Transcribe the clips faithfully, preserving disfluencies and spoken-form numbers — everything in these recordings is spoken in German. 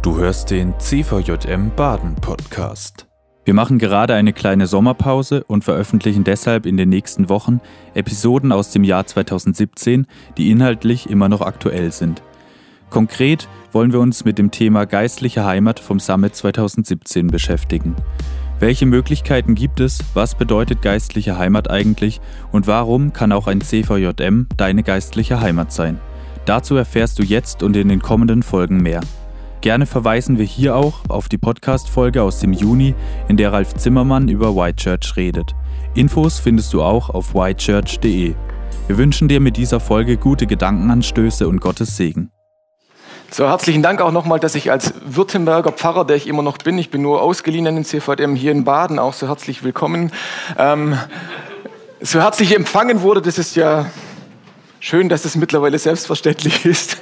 Du hörst den C V J M Baden Podcast. Wir machen gerade eine kleine Sommerpause und veröffentlichen deshalb in den nächsten Wochen Episoden aus dem Jahr zweitausendsiebzehn, die inhaltlich immer noch aktuell sind. Konkret wollen wir uns mit dem Thema geistliche Heimat vom Summit zweitausendsiebzehn beschäftigen. Welche Möglichkeiten gibt es, was bedeutet geistliche Heimat eigentlich und warum kann auch ein C V J M deine geistliche Heimat sein? Dazu erfährst du jetzt und in den kommenden Folgen mehr. Gerne verweisen wir hier auch auf die Podcast-Folge aus dem Juni, in der Ralf Zimmermann über White Church redet. Infos findest du auch auf white church punkt de. Wir wünschen dir mit dieser Folge gute Gedankenanstöße und Gottes Segen. So, herzlichen Dank auch nochmal, dass ich als Württemberger Pfarrer, der ich immer noch bin, ich bin nur ausgeliehen an den C V J M hier in Baden, auch so herzlich willkommen, ähm, so herzlich empfangen wurde. Das ist ja schön, dass es mittlerweile selbstverständlich ist.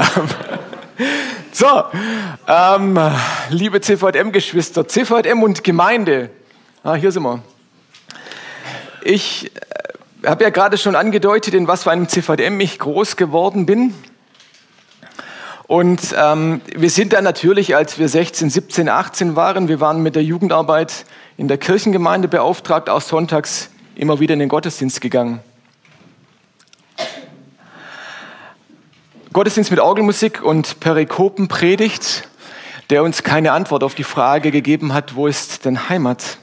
So, ähm, liebe C V J M-Geschwister, C V J M und Gemeinde, ah, hier sind wir. Ich äh, habe ja gerade schon angedeutet, in was für einem C V J M ich groß geworden bin. Und ähm, wir sind dann natürlich, als wir sechzehn, siebzehn, achtzehn waren, wir waren mit der Jugendarbeit in der Kirchengemeinde beauftragt, auch sonntags immer wieder in den Gottesdienst gegangen. Gottesdienst mit Orgelmusik und Perikopenpredigt, der uns keine Antwort auf die Frage gegeben hat, wo ist denn Heimat?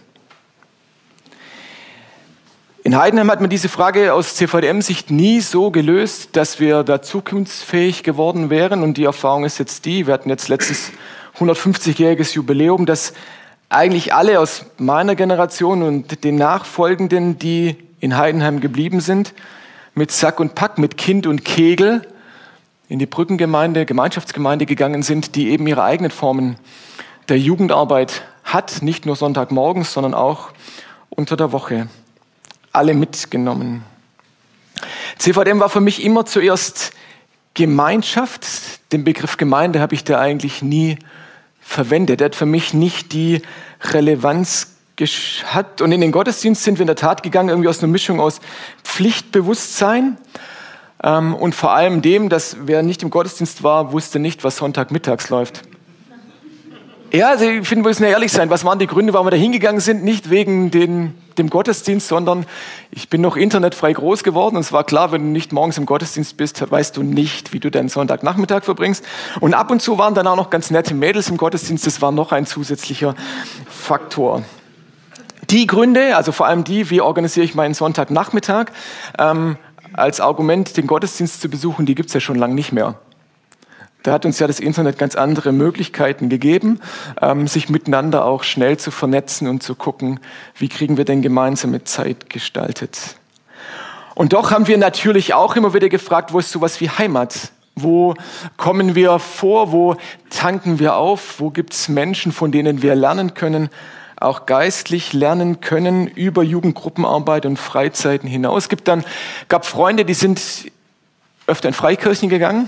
In Heidenheim hat man diese Frage aus C V J M-Sicht nie so gelöst, dass wir da zukunftsfähig geworden wären. Und die Erfahrung ist jetzt die, wir hatten jetzt letztes hundertfünfzigjähriges Jubiläum, dass eigentlich alle aus meiner Generation und den Nachfolgenden, die in Heidenheim geblieben sind, mit Sack und Pack, mit Kind und Kegel, in die Brückengemeinde, Gemeinschaftsgemeinde gegangen sind, die eben ihre eigenen Formen der Jugendarbeit hat, nicht nur Sonntagmorgens, sondern auch unter der Woche. Alle mitgenommen. C V J M war für mich immer zuerst Gemeinschaft. Den Begriff Gemeinde habe ich da eigentlich nie verwendet. Der hat für mich nicht die Relevanz gehabt. Und in den Gottesdienst sind wir in der Tat gegangen, irgendwie aus einer Mischung aus Pflichtbewusstsein ähm, und vor allem dem, dass wer nicht im Gottesdienst war, wusste nicht, was Sonntagmittags läuft. Ja, also ich finde, wir müssen ja ehrlich sein. Was waren die Gründe, warum wir da hingegangen sind? Nicht wegen den, dem Gottesdienst, sondern ich bin noch internetfrei groß geworden. Und es war klar, wenn du nicht morgens im Gottesdienst bist, weißt du nicht, wie du deinen Sonntagnachmittag verbringst. Und ab und zu waren dann auch noch ganz nette Mädels im Gottesdienst. Das war noch ein zusätzlicher Faktor. Die Gründe, also vor allem die, wie organisiere ich meinen Sonntagnachmittag, ähm, als Argument, den Gottesdienst zu besuchen, die gibt es ja schon lange nicht mehr. Da hat uns ja das Internet ganz andere Möglichkeiten gegeben, ähm, sich miteinander auch schnell zu vernetzen und zu gucken, wie kriegen wir denn gemeinsame Zeit gestaltet. Und doch haben wir natürlich auch immer wieder gefragt, wo ist sowas wie Heimat? Wo kommen wir vor? Wo tanken wir auf? Wo gibt es Menschen, von denen wir lernen können, auch geistlich lernen können, über Jugendgruppenarbeit und Freizeiten hinaus? Es gibt dann, gab Freunde, die sind öfter in Freikirchen gegangen.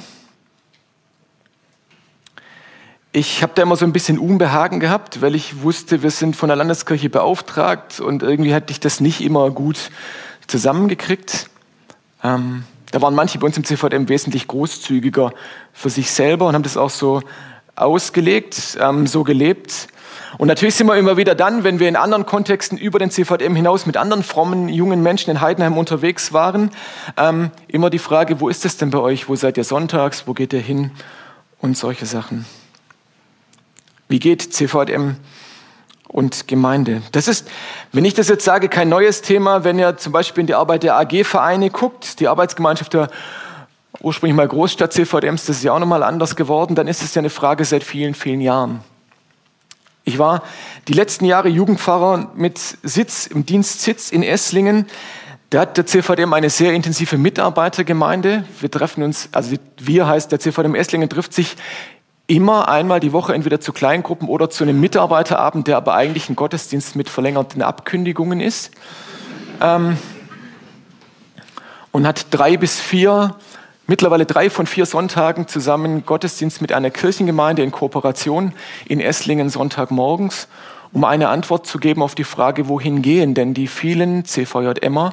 Ich habe da immer so ein bisschen Unbehagen gehabt, weil ich wusste, wir sind von der Landeskirche beauftragt und irgendwie hatte ich das nicht immer gut zusammengekriegt. Ähm, da waren manche bei uns im C V J M wesentlich großzügiger für sich selber und haben das auch so ausgelegt, ähm, so gelebt. Und natürlich sind wir immer wieder dann, wenn wir in anderen Kontexten über den C V J M hinaus mit anderen frommen, jungen Menschen in Heidenheim unterwegs waren, ähm, immer die Frage, wo ist es denn bei euch? Wo seid ihr sonntags? Wo geht ihr hin? Und solche Sachen. Wie geht C V J M und Gemeinde? Das ist, wenn ich das jetzt sage, kein neues Thema. Wenn ihr zum Beispiel in die Arbeit der A G-Vereine guckt, die Arbeitsgemeinschaft der ursprünglich mal Großstadt-C V J Ms, das ist ja auch nochmal anders geworden, dann ist es ja eine Frage seit vielen, vielen Jahren. Ich war die letzten Jahre Jugendpfarrer mit Sitz, im Dienstsitz in Esslingen. Da hat der C V J M eine sehr intensive Mitarbeitergemeinde. Wir treffen uns, also wir heißt, der C V J M Esslingen trifft sich immer einmal die Woche entweder zu Kleingruppen oder zu einem Mitarbeiterabend, der aber eigentlich ein Gottesdienst mit verlängerten Abkündigungen ist. Ähm, und hat drei bis vier, mittlerweile drei von vier Sonntagen zusammen Gottesdienst mit einer Kirchengemeinde in Kooperation in Esslingen Sonntagmorgens, um eine Antwort zu geben auf die Frage, wohin gehen denn die vielen C V J Mer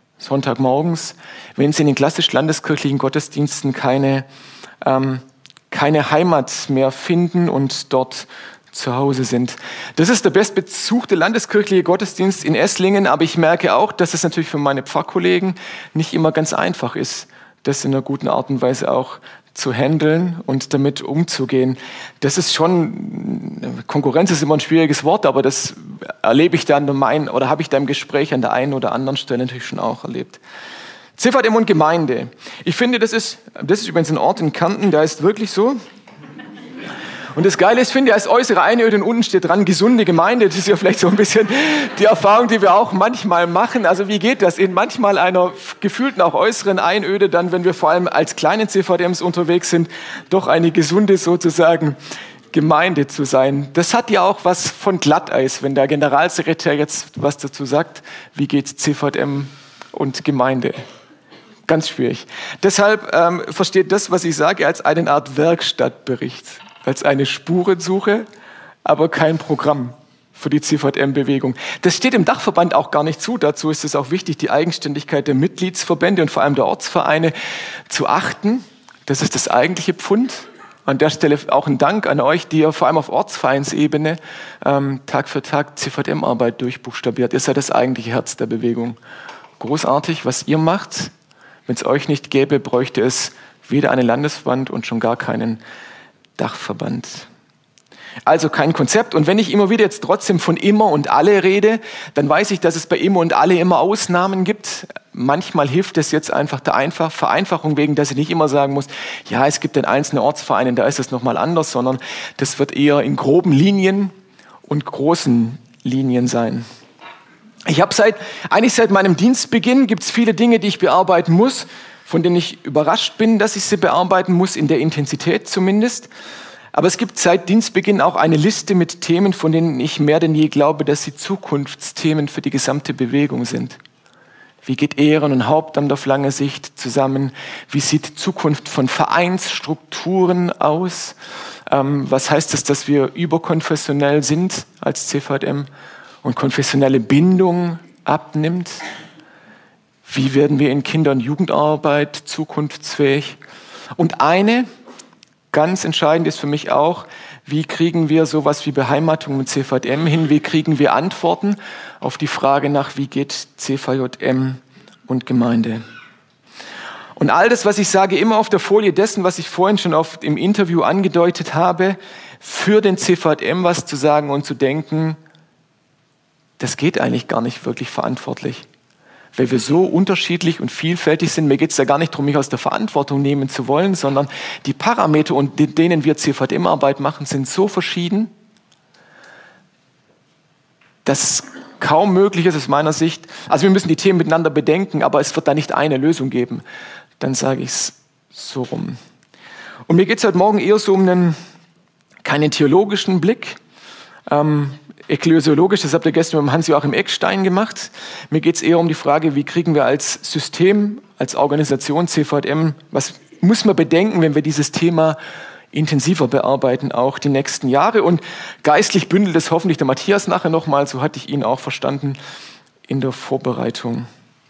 Sonntagmorgens, wenn es in den klassisch landeskirchlichen Gottesdiensten keine ähm, keine Heimat mehr finden und dort zu Hause sind. Das ist der bestbesuchte landeskirchliche Gottesdienst in Esslingen, aber ich merke auch, dass es natürlich für meine Pfarrkollegen nicht immer ganz einfach ist, das in einer guten Art und Weise auch zu handeln und damit umzugehen. Das ist schon, Konkurrenz ist immer ein schwieriges Wort, aber das erlebe ich dann mein, oder habe ich da im Gespräch an der einen oder anderen Stelle natürlich schon auch erlebt. C V M und Gemeinde. Ich finde, das ist, das ist übrigens ein Ort in Kärnten, der ist wirklich so. Und das Geile ist, finde ich, als äußere Einöde und unten steht dran, gesunde Gemeinde. Das ist ja vielleicht so ein bisschen die Erfahrung, die wir auch manchmal machen. Also wie geht das? In manchmal einer gefühlten, auch äußeren Einöde, dann, wenn wir vor allem als kleine C V Ms unterwegs sind, doch eine gesunde sozusagen Gemeinde zu sein. Das hat ja auch was von Glatteis, wenn der Generalsekretär jetzt was dazu sagt. Wie geht C V M und Gemeinde? Ganz schwierig. Deshalb ähm, versteht das, was ich sage, als eine Art Werkstattbericht. Als eine Spurensuche, aber kein Programm für die C V M-Bewegung. Das steht im Dachverband auch gar nicht zu. Dazu ist es auch wichtig, die Eigenständigkeit der Mitgliedsverbände und vor allem der Ortsvereine zu achten. Das ist das eigentliche Pfund. An der Stelle auch ein Dank an euch, die ihr vor allem auf Ortsvereinsebene ähm, Tag für Tag C V M-Arbeit durchbuchstabiert. Ihr seid das eigentliche Herz der Bewegung. Großartig, was ihr macht. Wenn es euch nicht gäbe, bräuchte es weder einen Landesverband und schon gar keinen Dachverband. Also kein Konzept. Und wenn ich immer wieder jetzt trotzdem von immer und alle rede, dann weiß ich, dass es bei immer und alle immer Ausnahmen gibt. Manchmal hilft es jetzt einfach der Einfach Vereinfachung wegen, dass ich nicht immer sagen muss, ja, es gibt den einzelnen Ortsvereinen, da ist es nochmal anders, sondern das wird eher in groben Linien und großen Linien sein. Ich habe seit, eigentlich seit meinem Dienstbeginn gibt es viele Dinge, die ich bearbeiten muss, von denen ich überrascht bin, dass ich sie bearbeiten muss, in der Intensität zumindest. Aber es gibt seit Dienstbeginn auch eine Liste mit Themen, von denen ich mehr denn je glaube, dass sie Zukunftsthemen für die gesamte Bewegung sind. Wie geht Ehren und Hauptamt auf lange Sicht zusammen? Wie sieht die Zukunft von Vereinsstrukturen aus? Ähm, was heißt es, dass wir überkonfessionell sind als C V M und konfessionelle Bindung abnimmt? Wie werden wir in Kinder- und Jugendarbeit zukunftsfähig? Und eine, ganz entscheidend ist für mich auch, wie kriegen wir sowas wie Beheimatung mit C V M hin? Wie kriegen wir Antworten auf die Frage nach, wie geht C V J M und Gemeinde? Und all das, was ich sage, immer auf der Folie dessen, was ich vorhin schon oft im Interview angedeutet habe, für den C V M was zu sagen und zu denken, das geht eigentlich gar nicht wirklich verantwortlich. Weil wir so unterschiedlich und vielfältig sind. Mir geht es ja gar nicht darum, mich aus der Verantwortung nehmen zu wollen, sondern die Parameter, unter denen wir C V M-Arbeit machen, sind so verschieden, dass es kaum möglich ist aus meiner Sicht. Also wir müssen die Themen miteinander bedenken, aber es wird da nicht eine Lösung geben. Dann sage ich es so rum. Und mir geht es heute Morgen eher so um einen, keinen theologischen Blick, ähm, ekklesiologisch, das habt ihr gestern mit Hans-Joachim Eckstein gemacht. Mir geht es eher um die Frage, wie kriegen wir als System, als Organisation C V M, was muss man bedenken, wenn wir dieses Thema intensiver bearbeiten, auch die nächsten Jahre. Und geistlich bündelt es hoffentlich der Matthias nachher nochmal, so hatte ich ihn auch verstanden in der Vorbereitung.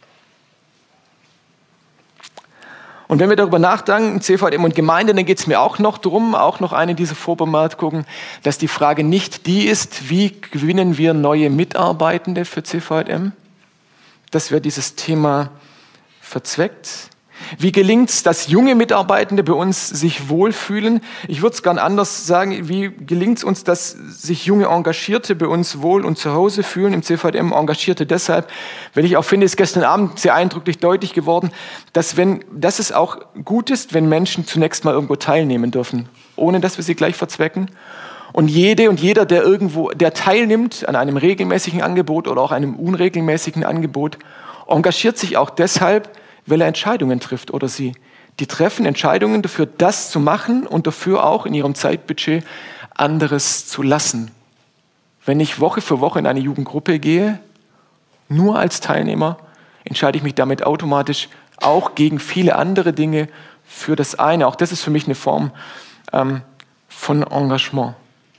Und wenn wir darüber nachdenken, C V M und Gemeinde, dann geht es mir auch noch darum, auch noch eine dieser Vorbemerkungen, dass die Frage nicht die ist, wie gewinnen wir neue Mitarbeitende für C V M, dass wir dieses Thema verzweckt. Wie gelingt es, dass junge Mitarbeitende bei uns sich wohlfühlen? Ich würde es gern anders sagen. Wie gelingt es uns, dass sich junge Engagierte bei uns wohl und zu Hause fühlen im C V M? Engagierte deshalb, weil ich auch finde, ist gestern Abend sehr eindrücklich deutlich geworden, dass, wenn, dass es auch gut ist, wenn Menschen zunächst mal irgendwo teilnehmen dürfen, ohne dass wir sie gleich verzwecken. Und jede und jeder, der irgendwo, der teilnimmt an einem regelmäßigen Angebot oder auch einem unregelmäßigen Angebot, engagiert sich auch deshalb, weil er Entscheidungen trifft oder sie. Die treffen Entscheidungen dafür, das zu machen und dafür auch in ihrem Zeitbudget anderes zu lassen. Wenn ich Woche für Woche in eine Jugendgruppe gehe, nur als Teilnehmer, entscheide ich mich damit automatisch auch gegen viele andere Dinge für das eine. Auch das ist für mich eine Form ähm, von Engagement.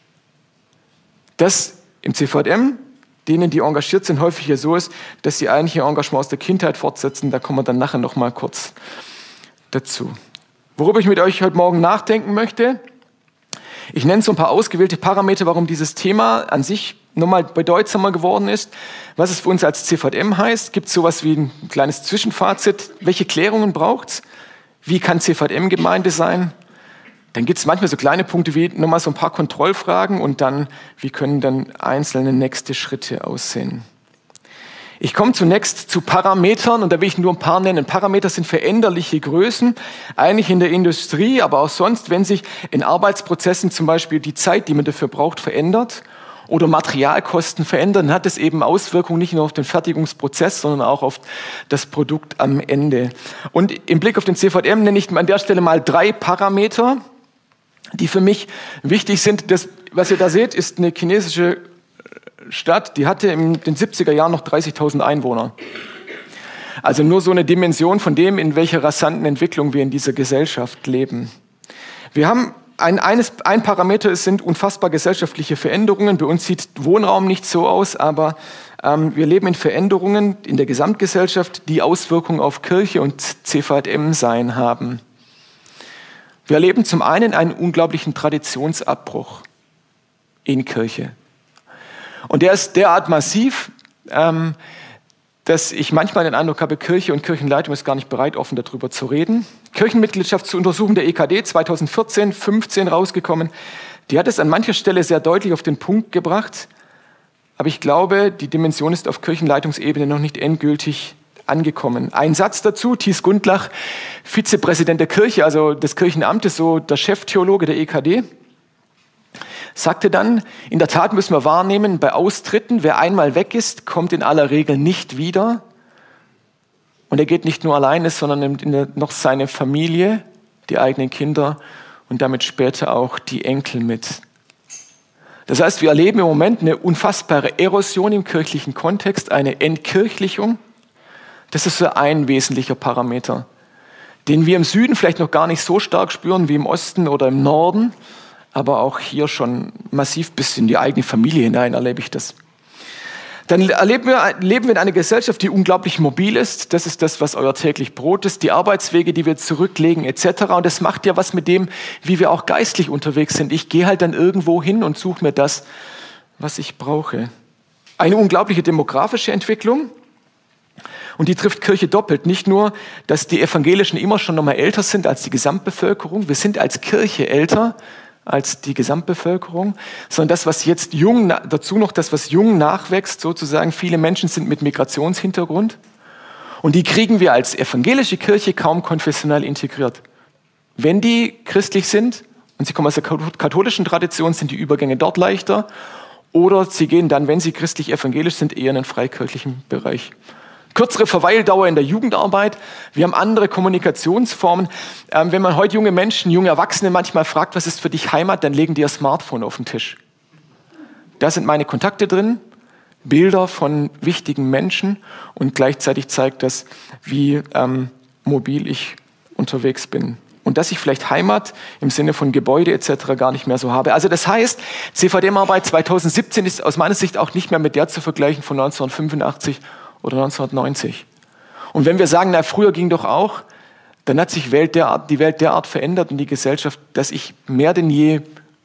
Das im C V M, denen, die engagiert sind, häufig hier so ist, dass sie eigentlich ihr Engagement aus der Kindheit fortsetzen. Da kommen wir dann nachher noch mal kurz dazu. Worüber ich mit euch heute Morgen nachdenken möchte, ich nenne so ein paar ausgewählte Parameter, warum dieses Thema an sich nochmal bedeutsamer geworden ist, was es für uns als C V M heißt. Gibt es sowas wie ein kleines Zwischenfazit? Welche Klärungen braucht es? Wie kann C V M Gemeinde sein? Dann gibt es manchmal so kleine Punkte wie nochmal so ein paar Kontrollfragen und dann, wie können dann einzelne nächste Schritte aussehen? Ich komme zunächst zu Parametern und da will ich nur ein paar nennen. Parameter sind veränderliche Größen, eigentlich in der Industrie, aber auch sonst, wenn sich in Arbeitsprozessen zum Beispiel die Zeit, die man dafür braucht, verändert oder Materialkosten verändern, hat es eben Auswirkungen nicht nur auf den Fertigungsprozess, sondern auch auf das Produkt am Ende. Und im Blick auf den C V M nenne ich an der Stelle mal drei Parameter, die für mich wichtig sind. Das, was ihr da seht, ist eine chinesische Stadt, die hatte in den siebziger Jahren noch dreißigtausend Einwohner. Also nur so eine Dimension von dem, in welcher rasanten Entwicklung wir in dieser Gesellschaft leben. Wir haben ein, eines, ein Parameter, es sind unfassbar gesellschaftliche Veränderungen. Bei uns sieht Wohnraum nicht so aus, aber ähm, wir leben in Veränderungen in der Gesamtgesellschaft, die Auswirkungen auf Kirche und C V M sein haben. Wir erleben zum einen einen unglaublichen Traditionsabbruch in Kirche. Und der ist derart massiv, ähm, dass ich manchmal den Eindruck habe, Kirche und Kirchenleitung ist gar nicht bereit, offen darüber zu reden. Kirchenmitgliedschaftsuntersuchung der E K D zweitausendvierzehn, fünfzehn rausgekommen, die hat es an mancher Stelle sehr deutlich auf den Punkt gebracht. Aber ich glaube, die Dimension ist auf Kirchenleitungsebene noch nicht endgültig angekommen. Ein Satz dazu, Thies Gundlach, Vizepräsident der Kirche, also des Kirchenamtes, so der Cheftheologe der E K D, sagte dann, in der Tat müssen wir wahrnehmen, bei Austritten, wer einmal weg ist, kommt in aller Regel nicht wieder. Und er geht nicht nur alleine, sondern nimmt noch seine Familie, die eigenen Kinder und damit später auch die Enkel mit. Das heißt, wir erleben im Moment eine unfassbare Erosion im kirchlichen Kontext, eine Entkirchlichung. Das ist so ein wesentlicher Parameter, den wir im Süden vielleicht noch gar nicht so stark spüren wie im Osten oder im Norden, aber auch hier schon massiv bis in die eigene Familie hinein erlebe ich das. Dann erleben wir, leben wir in einer Gesellschaft, die unglaublich mobil ist. Das ist das, was euer täglich Brot ist, die Arbeitswege, die wir zurücklegen et cetera. Und das macht ja was mit dem, wie wir auch geistlich unterwegs sind. Ich gehe halt dann irgendwo hin und suche mir das, was ich brauche. Eine unglaubliche demografische Entwicklung. Und die trifft Kirche doppelt. Nicht nur, dass die Evangelischen immer schon noch mal älter sind als die Gesamtbevölkerung. Wir sind als Kirche älter als die Gesamtbevölkerung, sondern das, was jetzt jung, dazu noch das, was jung nachwächst, sozusagen, viele Menschen sind mit Migrationshintergrund und die kriegen wir als evangelische Kirche kaum konfessionell integriert. Wenn die christlich sind und sie kommen aus der katholischen Tradition, sind die Übergänge dort leichter oder sie gehen dann, wenn sie christlich-evangelisch sind, eher in den freikirchlichen Bereich. Kürzere Verweildauer in der Jugendarbeit. Wir haben andere Kommunikationsformen. Ähm, wenn man heute junge Menschen, junge Erwachsene manchmal fragt, was ist für dich Heimat, dann legen die ihr Smartphone auf den Tisch. Da sind meine Kontakte drin, Bilder von wichtigen Menschen und gleichzeitig zeigt das, wie ähm, mobil ich unterwegs bin. Und dass ich vielleicht Heimat im Sinne von Gebäude et cetera gar nicht mehr so habe. Also das heißt, C V M-Arbeit zweitausendsiebzehn ist aus meiner Sicht auch nicht mehr mit der zu vergleichen von neunzehnhundertfünfundachtzig oder neunzehnhundertneunzig. Und wenn wir sagen, na früher ging doch auch, dann hat sich Welt derart, die Welt derart verändert und die Gesellschaft, dass ich mehr denn je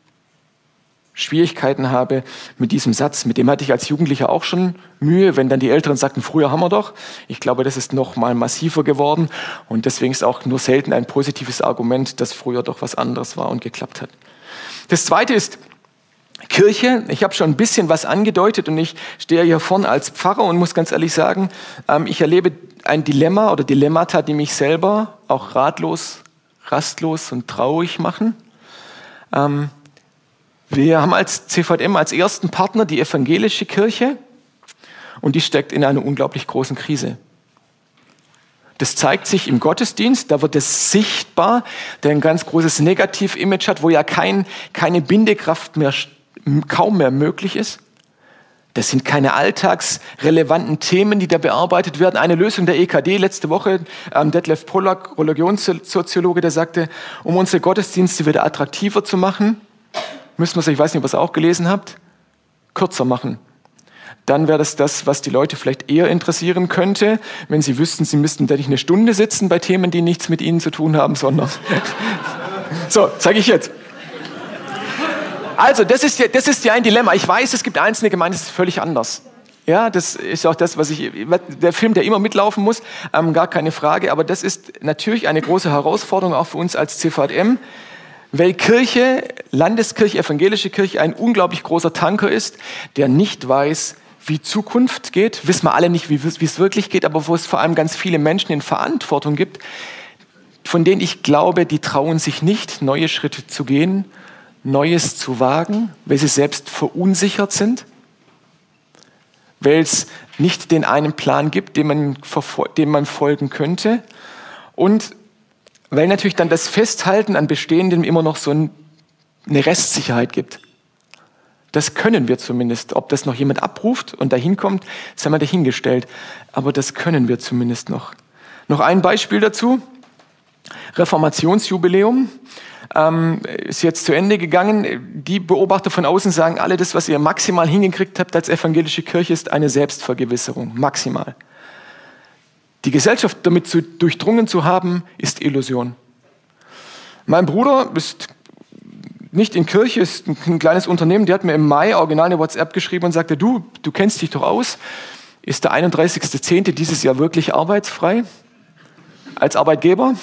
Schwierigkeiten habe mit diesem Satz. Mit dem hatte ich als Jugendlicher auch schon Mühe, wenn dann die Älteren sagten, früher haben wir doch. Ich glaube, das ist noch mal massiver geworden und deswegen ist auch nur selten ein positives Argument, dass früher doch was anderes war und geklappt hat. Das Zweite ist Kirche. Ich habe schon ein bisschen was angedeutet und ich stehe hier vorne als Pfarrer und muss ganz ehrlich sagen, ähm, ich erlebe ein Dilemma oder Dilemmata, die mich selber auch ratlos, rastlos und traurig machen. Ähm, wir haben als C V M als ersten Partner die evangelische Kirche und die steckt in einer unglaublich großen Krise. Das zeigt sich im Gottesdienst, da wird es sichtbar, der ein ganz großes Negativ-Image hat, wo ja kein, keine Bindekraft mehr kaum mehr möglich ist. Das sind keine alltagsrelevanten Themen, die da bearbeitet werden. Eine Lösung der E K D letzte Woche, ähm, Detlef Pollack, Religionssoziologe, der sagte, um unsere Gottesdienste wieder attraktiver zu machen, müssen wir es, ich weiß nicht, ob ihr es auch gelesen habt, kürzer machen. dann wäre das das, was die Leute vielleicht eher interessieren könnte, wenn sie wüssten, sie müssten da nicht eine Stunde sitzen bei Themen, die nichts mit ihnen zu tun haben, sondern... So, sage ich jetzt. Also, das ist, ja, das ist ja ein Dilemma. Ich weiß, es gibt einzelne Gemeinden, das ist völlig anders. Ja, das ist auch das, was ich, der Film, der immer mitlaufen muss, ähm, gar keine Frage. Aber das ist natürlich eine große Herausforderung auch für uns als C V J M, weil Kirche, Landeskirche, evangelische Kirche ein unglaublich großer Tanker ist, der nicht weiß, wie Zukunft geht. Wissen wir alle nicht, wie, wie es wirklich geht, aber wo es vor allem ganz viele Menschen in Verantwortung gibt, von denen ich glaube, die trauen sich nicht, neue Schritte zu gehen, Neues zu wagen, weil sie selbst verunsichert sind, weil es nicht den einen Plan gibt, dem man, dem man folgen könnte und weil natürlich dann das Festhalten an Bestehendem immer noch so ein, eine Restsicherheit gibt. Das können wir zumindest. Ob das noch jemand abruft und dahin kommt, ist einmal dahingestellt. Aber das können wir zumindest noch. Noch ein Beispiel dazu. Reformationsjubiläum ähm, ist jetzt zu Ende gegangen. Die Beobachter von außen sagen alle, das, was ihr maximal hingekriegt habt als evangelische Kirche, ist eine Selbstvergewisserung. Maximal. Die Gesellschaft damit zu, durchdrungen zu haben, ist Illusion. Mein Bruder ist nicht in Kirche, ist ein, ein kleines Unternehmen, der hat mir im Mai original eine WhatsApp geschrieben und sagte, du, du kennst dich doch aus, ist der einunddreißigster zehnte dieses Jahr wirklich arbeitsfrei? Als Arbeitgeber?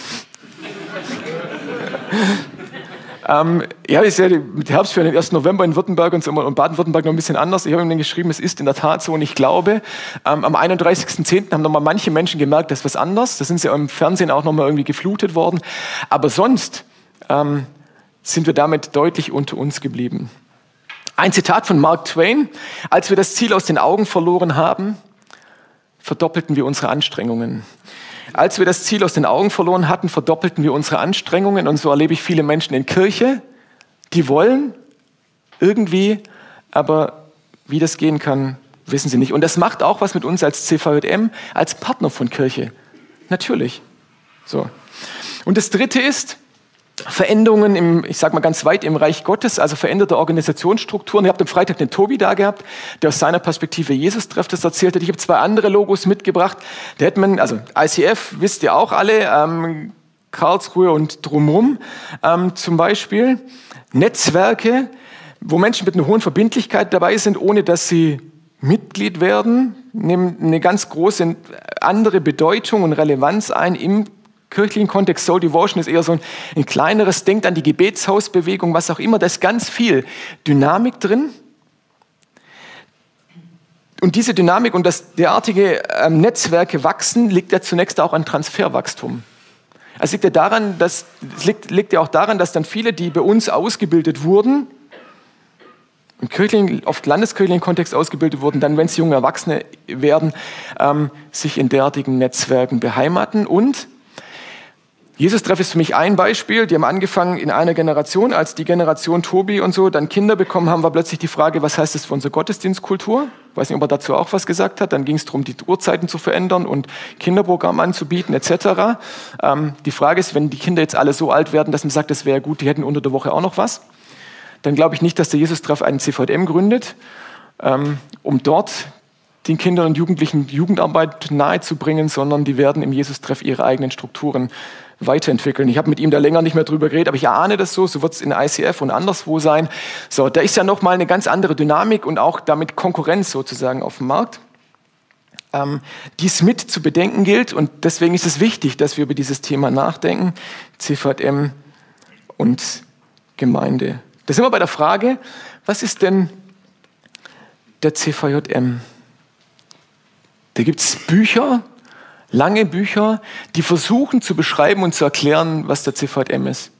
ähm, ja, ist ja mit Herbstferien, den ersten November in Württemberg und, so, und Baden-Württemberg noch ein bisschen anders. Ich habe ihm dann geschrieben, es ist in der Tat so und ich glaube, ähm, am einunddreißigsten zehnten haben nochmal manche Menschen gemerkt, das ist was anderes. Da sind sie im Fernsehen auch nochmal irgendwie geflutet worden. Aber sonst ähm, sind wir damit deutlich unter uns geblieben. Ein Zitat von Mark Twain: Als wir das Ziel aus den Augen verloren haben, verdoppelten wir unsere Anstrengungen. Als wir das Ziel aus den Augen verloren hatten, verdoppelten wir unsere Anstrengungen. Und so erlebe ich viele Menschen in Kirche, die wollen irgendwie, aber wie das gehen kann, wissen sie nicht. Und das macht auch was mit uns als C V J M, als Partner von Kirche. Natürlich. So. Und das Dritte ist Veränderungen im, ich sag mal ganz weit im Reich Gottes, also veränderte Organisationsstrukturen. Ihr habt am Freitag den Tobi da gehabt, der aus seiner Perspektive Jesus-Treff das erzählt hat. Ich habe zwei andere Logos mitgebracht. Da hätte man, also I C F wisst ihr auch alle, ähm, Karlsruhe und drumherum ähm, zum Beispiel. Netzwerke, wo Menschen mit einer hohen Verbindlichkeit dabei sind, ohne dass sie Mitglied werden, nehmen eine ganz große andere Bedeutung und Relevanz ein im kirchlichen Kontext. Soul Devotion ist eher so ein, ein kleineres, denkt an die Gebetshausbewegung, was auch immer, da ist ganz viel Dynamik drin. Und diese Dynamik und dass derartige ähm, Netzwerke wachsen, liegt ja zunächst auch an Transferwachstum. Es liegt ja daran, dass, es liegt, liegt ja auch daran, dass dann viele, die bei uns ausgebildet wurden, im kirchlichen, oft landeskirchlichen Kontext ausgebildet wurden, dann, wenn sie junge Erwachsene werden, ähm, sich in derartigen Netzwerken beheimaten. Und Jesus-Treff ist für mich ein Beispiel. Die haben angefangen in einer Generation, als die Generation Tobi und so dann Kinder bekommen haben, war plötzlich die Frage, was heißt das für unsere Gottesdienstkultur? Ich weiß nicht, ob er dazu auch was gesagt hat. Dann ging es darum, die Uhrzeiten zu verändern und Kinderprogramm anzubieten et cetera. Ähm, die Frage ist, wenn die Kinder jetzt alle so alt werden, dass man sagt, das wäre gut, die hätten unter der Woche auch noch was, dann glaube ich nicht, dass der Jesus-Treff einen C V J M gründet, ähm, um dort den Kindern und Jugendlichen Jugendarbeit nahezubringen, sondern die werden im Jesus-Treff ihre eigenen Strukturen weiterentwickeln. Ich habe mit ihm da länger nicht mehr drüber geredet, aber ich ahne das so, so wird es in I C F und anderswo sein. So, da ist ja nochmal eine ganz andere Dynamik und auch damit Konkurrenz sozusagen auf dem Markt, ähm, die es mit zu bedenken gilt und deswegen ist es wichtig, dass wir über dieses Thema nachdenken, C V J M und Gemeinde. Da sind wir bei der Frage, was ist denn der C V J M? Da gibt es Bücher, lange Bücher, die versuchen zu beschreiben und zu erklären, was der C V J M ist.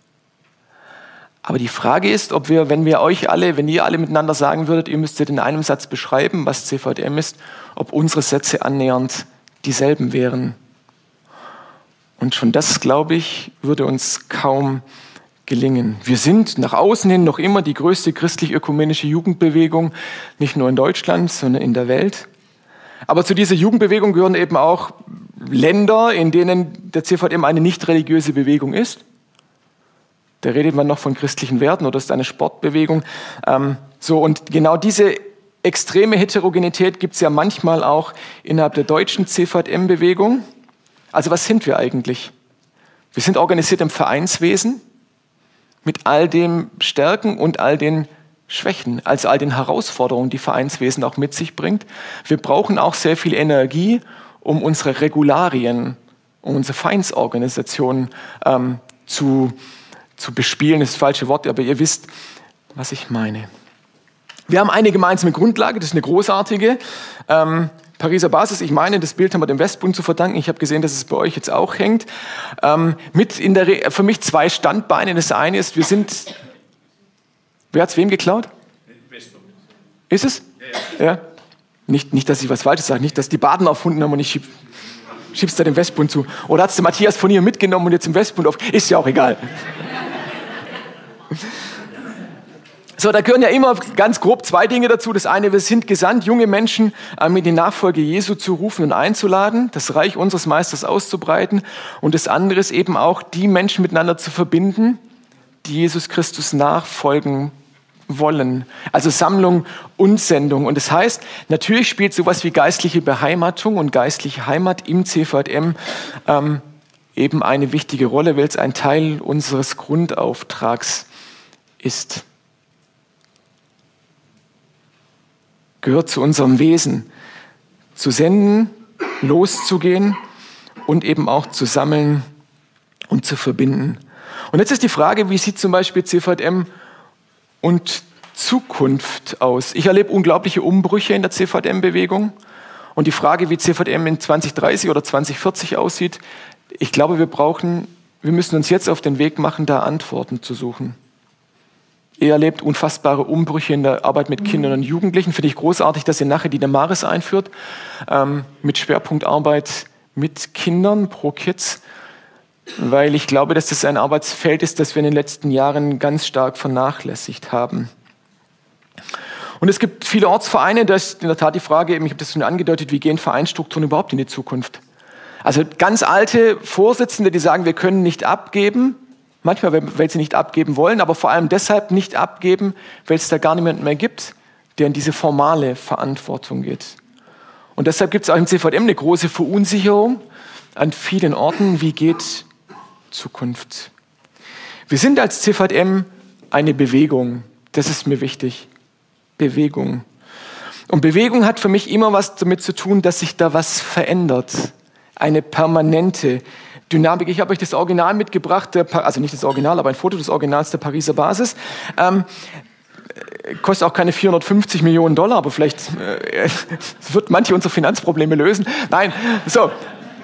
Aber die Frage ist, ob wir, wenn wir euch alle, wenn ihr alle miteinander sagen würdet, ihr müsstet in einem Satz beschreiben, was C V J M ist, ob unsere Sätze annähernd dieselben wären. Und schon das, glaube ich, würde uns kaum gelingen. Wir sind nach außen hin noch immer die größte christlich-ökumenische Jugendbewegung, nicht nur in Deutschland, sondern in der Welt. Aber zu dieser Jugendbewegung gehören eben auch Länder, in denen der C V J M eine nicht religiöse Bewegung ist. Da redet man noch von christlichen Werten oder ist eine Sportbewegung. Ähm, so, und genau diese extreme Heterogenität gibt es ja manchmal auch innerhalb der deutschen C V M-Bewegung. Also was sind wir eigentlich? Wir sind organisiert im Vereinswesen mit all den Stärken und all den Schwächen, also all den Herausforderungen, die Vereinswesen auch mit sich bringt. Wir brauchen auch sehr viel Energie, um unsere Regularien, um unsere Vereinsorganisation ähm, zu, zu bespielen. Das ist das falsche Wort, aber ihr wisst, was ich meine. Wir haben eine gemeinsame Grundlage, das ist eine großartige ähm, Pariser Basis. Ich meine, das Bild haben wir dem Westbund zu verdanken. Ich habe gesehen, dass es bei euch jetzt auch hängt. Ähm, mit in der Re- für mich zwei Standbeine. Das eine ist, wir sind... Wer hat es wem geklaut? Westbund. Ist es? Ja. ja. Nicht, nicht, dass ich was Falsches sage, nicht, dass die Baden erfunden haben und ich schieb, schieb's da dem Westbund zu. Oder hat es der Matthias von hier mitgenommen und jetzt im Westbund auf... Ist ja auch egal. So, da gehören ja immer ganz grob zwei Dinge dazu. Das eine, wir sind gesandt, junge Menschen ähm, in die Nachfolge Jesu zu rufen und einzuladen, das Reich unseres Meisters auszubreiten. Und das andere ist eben auch, die Menschen miteinander zu verbinden, die Jesus Christus nachfolgen wollen. Also Sammlung und Sendung. Und das heißt, natürlich spielt sowas wie geistliche Beheimatung und geistliche Heimat im C V M ähm, eben eine wichtige Rolle, weil es ein Teil unseres Grundauftrags ist. Gehört zu unserem Wesen, zu senden, loszugehen und eben auch zu sammeln und zu verbinden. Und jetzt ist die Frage, wie sieht zum Beispiel C V M und Zukunft aus? Ich erlebe unglaubliche Umbrüche in der C V M-Bewegung. Und die Frage, wie C V M in zwanzig dreißig oder zwanzig vierzig aussieht, ich glaube, wir brauchen, wir müssen uns jetzt auf den Weg machen, da Antworten zu suchen. Ihr erlebt unfassbare Umbrüche in der Arbeit mit Kindern und Jugendlichen. Finde ich großartig, dass ihr nachher die Damaris einführt, ähm, mit Schwerpunktarbeit mit Kindern, Pro Kids, weil ich glaube, dass das ein Arbeitsfeld ist, das wir in den letzten Jahren ganz stark vernachlässigt haben. Und es gibt viele Ortsvereine, da ist in der Tat die Frage, ich habe das schon angedeutet, wie gehen Vereinsstrukturen überhaupt in die Zukunft? Also ganz alte Vorsitzende, die sagen, wir können nicht abgeben, manchmal, weil sie nicht abgeben wollen, aber vor allem deshalb nicht abgeben, weil es da gar niemanden mehr gibt, der in diese formale Verantwortung geht. Und deshalb gibt es auch im C V M eine große Verunsicherung an vielen Orten. Wie geht Zukunft? Wir sind als C V M eine Bewegung. Das ist mir wichtig. Bewegung. Und Bewegung hat für mich immer was damit zu tun, dass sich da was verändert. Eine permanente Dynamik. Ich habe euch das Original mitgebracht, also nicht das Original, aber ein Foto des Originals der Pariser Basis. Ähm, kostet auch keine vierhundertfünfzig Millionen Dollar, aber vielleicht äh, wird manche unsere Finanzprobleme lösen. Nein, so.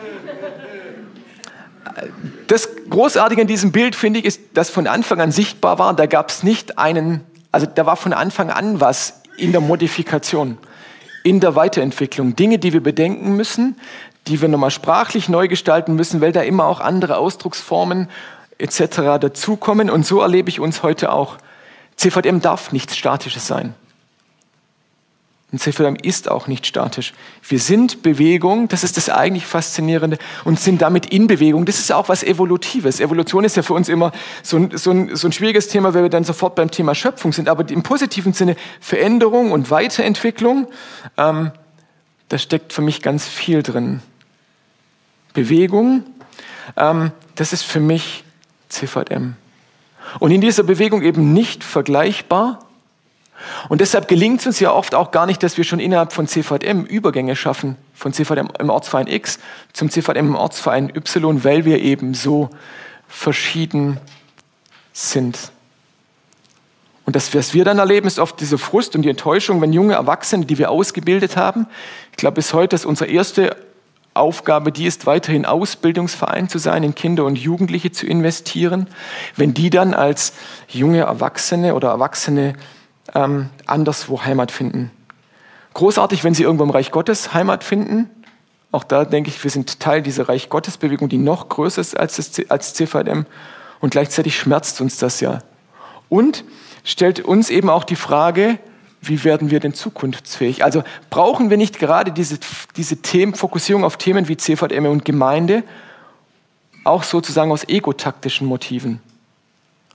Das Großartige in diesem Bild, finde ich, ist, dass von Anfang an sichtbar war, da gab es nicht einen, also da war von Anfang an was in der Modifikation, in der Weiterentwicklung. Dinge, die wir bedenken müssen, die wir nochmal sprachlich neu gestalten müssen, weil da immer auch andere Ausdrucksformen et cetera dazukommen. Und so erlebe ich uns heute auch. C V M darf nichts Statisches sein. Und C V M ist auch nicht statisch. Wir sind Bewegung, das ist das eigentlich Faszinierende, und sind damit in Bewegung. Das ist auch was Evolutives. Evolution ist ja für uns immer so ein, so ein, so ein schwieriges Thema, weil wir dann sofort beim Thema Schöpfung sind. Aber im positiven Sinne Veränderung und Weiterentwicklung, ähm, da steckt für mich ganz viel drin. Bewegung, ähm, das ist für mich C V M. Und in dieser Bewegung eben nicht vergleichbar. Und deshalb gelingt es uns ja oft auch gar nicht, dass wir schon innerhalb von C V M Übergänge schaffen, von C V M im Ortsverein X zum C V M im Ortsverein Y, weil wir eben so verschieden sind. Und das, was wir dann erleben, ist oft diese Frust und die Enttäuschung, wenn junge Erwachsene, die wir ausgebildet haben, ich glaube bis heute ist unsere erste Aufgabe, die ist weiterhin Ausbildungsverein zu sein, in Kinder und Jugendliche zu investieren, wenn die dann als junge Erwachsene oder Erwachsene ähm, anderswo Heimat finden. Großartig, wenn sie irgendwo im Reich Gottes Heimat finden. Auch da denke ich, wir sind Teil dieser Reich Gottes Bewegung, die noch größer ist als, das, als C V M, und gleichzeitig schmerzt uns das ja. Und stellt uns eben auch die Frage, wie werden wir denn zukunftsfähig? Also brauchen wir nicht gerade diese, diese Themen, Fokussierung auf Themen wie C V M und Gemeinde, auch sozusagen aus egotaktischen Motiven?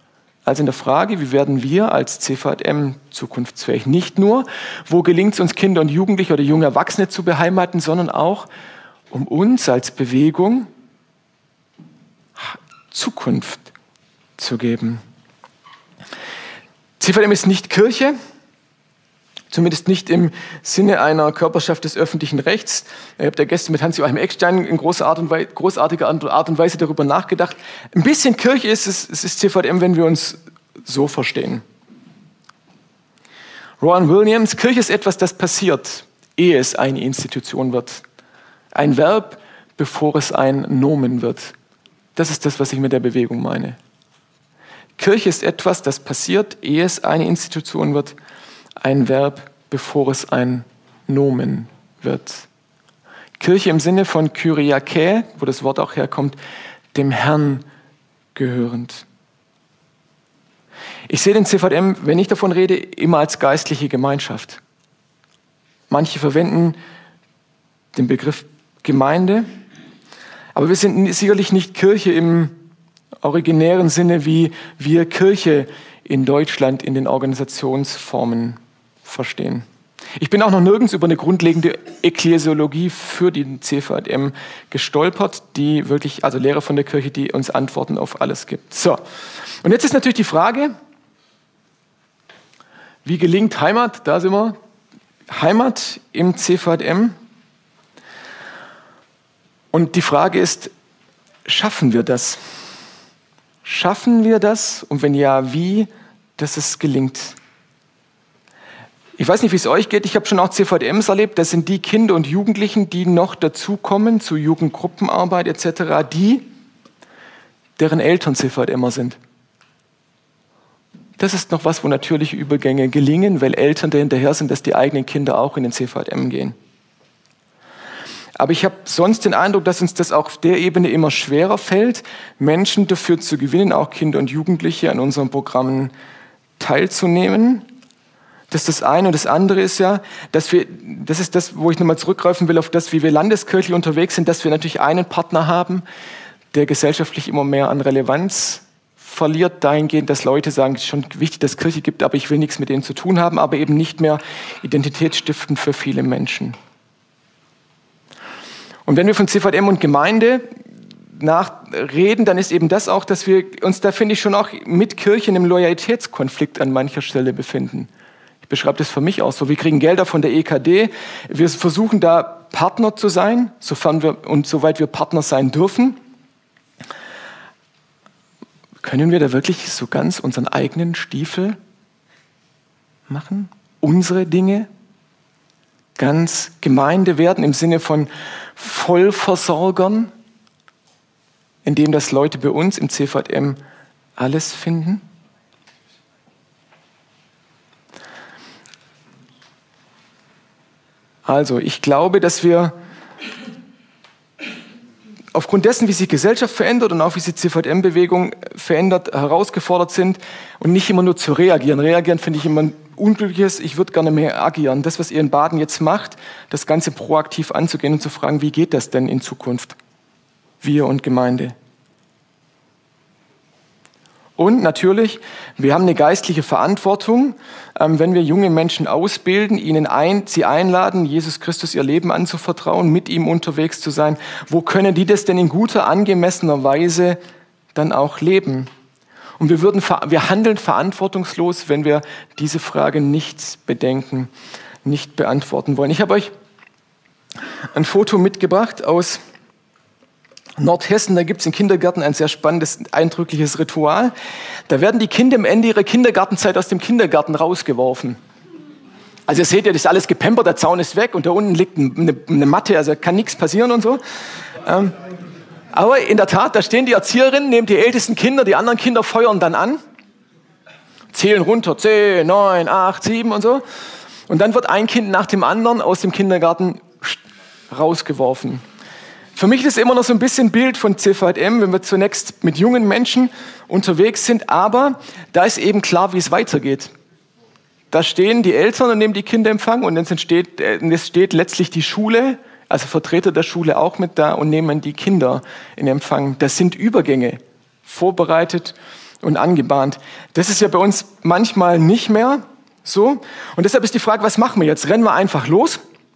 als in der Frage, wie werden wir als C V J M zukunftsfähig? Nicht nur, wo gelingt es uns, Kinder und Jugendliche oder junge Erwachsene zu beheimaten, sondern auch, um uns als Bewegung Zukunft zu geben. C V J M ist nicht Kirche, zumindest nicht im Sinne einer Körperschaft des öffentlichen Rechts. Ich habe da gestern mit Hans-Joachim Eckstein in großer Art und Weise, großartiger Art und Weise darüber nachgedacht. Ein bisschen Kirche ist es, es ist C V J M, wenn wir uns so verstehen. Rowan Williams, Kirche ist etwas, das passiert, ehe es eine Institution wird. Ein Verb, bevor es ein Nomen wird. Das ist das, was ich mit der Bewegung meine. Kirche ist etwas, das passiert, ehe es eine Institution wird. Ein Verb, bevor es ein Nomen wird. Kirche im Sinne von Kyriake, wo das Wort auch herkommt, dem Herrn gehörend. Ich sehe den C V J M, wenn ich davon rede, immer als geistliche Gemeinschaft. Manche verwenden den Begriff Gemeinde, aber wir sind sicherlich nicht Kirche im originären Sinne, wie wir Kirche in Deutschland in den Organisationsformen verstehen. Ich bin auch noch nirgends über eine grundlegende Ekklesiologie für den C V J M gestolpert, die wirklich, also Lehre von der Kirche, die uns Antworten auf alles gibt. So, und jetzt ist natürlich die Frage, wie gelingt Heimat, da sind wir, Heimat im C V J M? Und die Frage ist, schaffen wir das? Schaffen wir das? Und wenn ja, wie, dass es gelingt? Ich weiß nicht, wie es euch geht. Ich habe schon auch C V J Ms erlebt. Das sind die Kinder und Jugendlichen, die noch dazukommen zu Jugendgruppenarbeit et cetera, die, deren Eltern C V J Mer sind. Das ist noch was, wo natürliche Übergänge gelingen, weil Eltern dahinterher sind, dass die eigenen Kinder auch in den C V J M gehen. Aber ich habe sonst den Eindruck, dass uns das auch auf der Ebene immer schwerer fällt, Menschen dafür zu gewinnen, auch Kinder und Jugendliche an unseren Programmen teilzunehmen. Das ist das eine. Und das andere ist ja, dass wir, das ist das, wo ich nochmal zurückgreifen will auf das, wie wir landeskirchlich unterwegs sind, dass wir natürlich einen Partner haben, der gesellschaftlich immer mehr an Relevanz verliert, dahingehend, dass Leute sagen, es ist schon wichtig, dass es Kirche gibt, aber ich will nichts mit denen zu tun haben, aber eben nicht mehr identitätsstiftend für viele Menschen. Und wenn wir von C V J M und Gemeinde nachreden, dann ist eben das auch, dass wir uns da, finde ich, schon auch mit Kirche in einem Loyalitätskonflikt an mancher Stelle befinden. Ich beschreibe das für mich auch so. Wir kriegen Gelder von der E K D. Wir versuchen da Partner zu sein, sofern wir und soweit wir Partner sein dürfen. Können wir da wirklich so ganz unseren eigenen Stiefel machen? Unsere Dinge? Ganz Gemeinde werden im Sinne von Vollversorgern, indem das Leute bei uns im C V J M alles finden? Also, ich glaube, dass wir aufgrund dessen, wie sich Gesellschaft verändert und auch wie sich die C V J M-Bewegung verändert, herausgefordert sind und nicht immer nur zu reagieren. Reagieren finde ich immer ein unglückliches, ich würde gerne mehr agieren. Das, was ihr in Baden jetzt macht, das Ganze proaktiv anzugehen und zu fragen, wie geht das denn in Zukunft? Wir und Gemeinde. Und natürlich, wir haben eine geistliche Verantwortung, ähm, wenn wir junge Menschen ausbilden, ihnen ein, sie einladen, Jesus Christus ihr Leben anzuvertrauen, mit ihm unterwegs zu sein. Wo können die das denn in guter, angemessener Weise dann auch leben? Und wir, würden, wir handeln verantwortungslos, wenn wir diese Frage nicht bedenken, nicht beantworten wollen. Ich habe euch ein Foto mitgebracht aus Nordhessen. Da gibt es in Kindergärten ein sehr spannendes, eindrückliches Ritual. Da werden die Kinder am Ende ihrer Kindergartenzeit aus dem Kindergarten rausgeworfen. Also ihr seht ja, das ist alles gepampert, der Zaun ist weg und da unten liegt eine, eine Matte, also kann nichts passieren und so. Ähm, aber in der Tat, da stehen die Erzieherinnen, nehmen die ältesten Kinder, die anderen Kinder feuern dann an, zählen runter, zehn, neun, acht, sieben und so. Und dann wird ein Kind nach dem anderen aus dem Kindergarten rausgeworfen. Für mich ist es immer noch so ein bisschen Bild von C V J M, wenn wir zunächst mit jungen Menschen unterwegs sind, aber da ist eben klar, wie es weitergeht. Da stehen die Eltern und nehmen die Kinder in Empfang und es steht, es steht letztlich die Schule, also Vertreter der Schule auch mit da und nehmen die Kinder in Empfang. Das sind Übergänge, vorbereitet und angebahnt. Das ist ja bei uns manchmal nicht mehr so. Und deshalb ist die Frage, was machen wir jetzt? Rennen wir einfach los?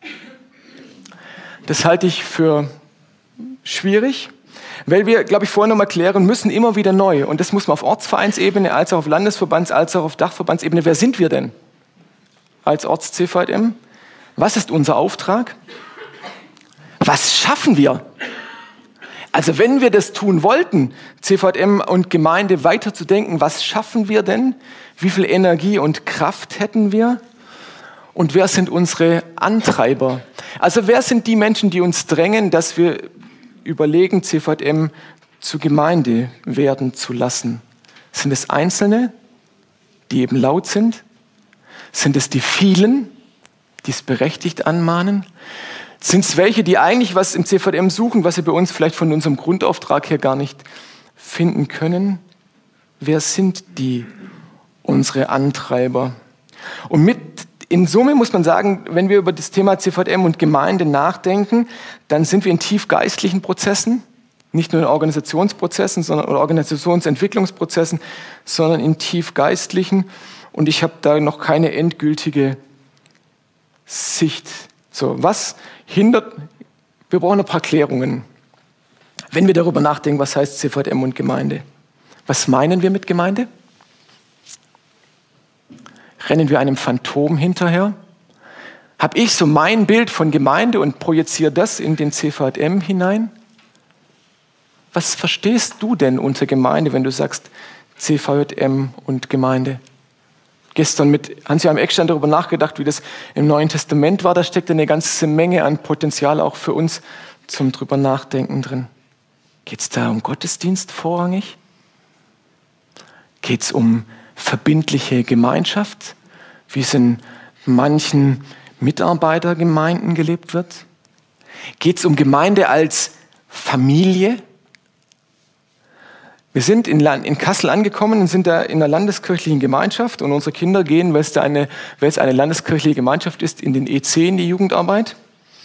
Das halte ich für schwierig, weil wir, glaube ich, vorhin noch mal klären müssen, immer wieder neu. Und das muss man auf Ortsvereinsebene, als auch auf Landesverbands-, als auch auf Dachverbandsebene. Wer sind wir denn als Orts-C V J M? Was ist unser Auftrag? Was schaffen wir? Also wenn wir das tun wollten, C V J M und Gemeinde weiterzudenken, was schaffen wir denn? Wie viel Energie und Kraft hätten wir? Und wer sind unsere Antreiber? Also wer sind die Menschen, die uns drängen, dass wir überlegen, C V J M zu Gemeinde werden zu lassen? Sind es Einzelne, die eben laut sind? Sind es die vielen, die es berechtigt anmahnen? Sind es welche, die eigentlich was im C V J M suchen, was sie bei uns vielleicht von unserem Grundauftrag her gar nicht finden können? Wer sind die, unsere Antreiber? Und mit in Summe muss man sagen, wenn wir über das Thema C V J M und Gemeinde nachdenken, dann sind wir in tief geistlichen Prozessen, nicht nur in Organisationsprozessen sondern, oder Organisationsentwicklungsprozessen, sondern in tief geistlichen. Und ich habe da noch keine endgültige Sicht. So, was hindert? Wir brauchen ein paar Klärungen. Wenn wir darüber nachdenken, was heißt C V J M und Gemeinde? Was meinen wir mit Gemeinde? Rennen wir einem Phantom hinterher? Habe ich so mein Bild von Gemeinde und projiziere das in den C V J M hinein? Was verstehst du denn unter Gemeinde, wenn du sagst C V J M und Gemeinde? Gestern mit Hans-Joachim Eckstein darüber nachgedacht, wie das im Neuen Testament war. Da steckt eine ganze Menge an Potenzial auch für uns zum drüber nachdenken drin. Geht es da um Gottesdienst vorrangig? Geht es um verbindliche Gemeinschaft, wie es in manchen Mitarbeitergemeinden gelebt wird? Geht es um Gemeinde als Familie? Wir sind in, Land, in Kassel angekommen und sind da in einer landeskirchlichen Gemeinschaft und unsere Kinder gehen, weil es, da eine, weil es eine landeskirchliche Gemeinschaft ist, in den E C, in die Jugendarbeit.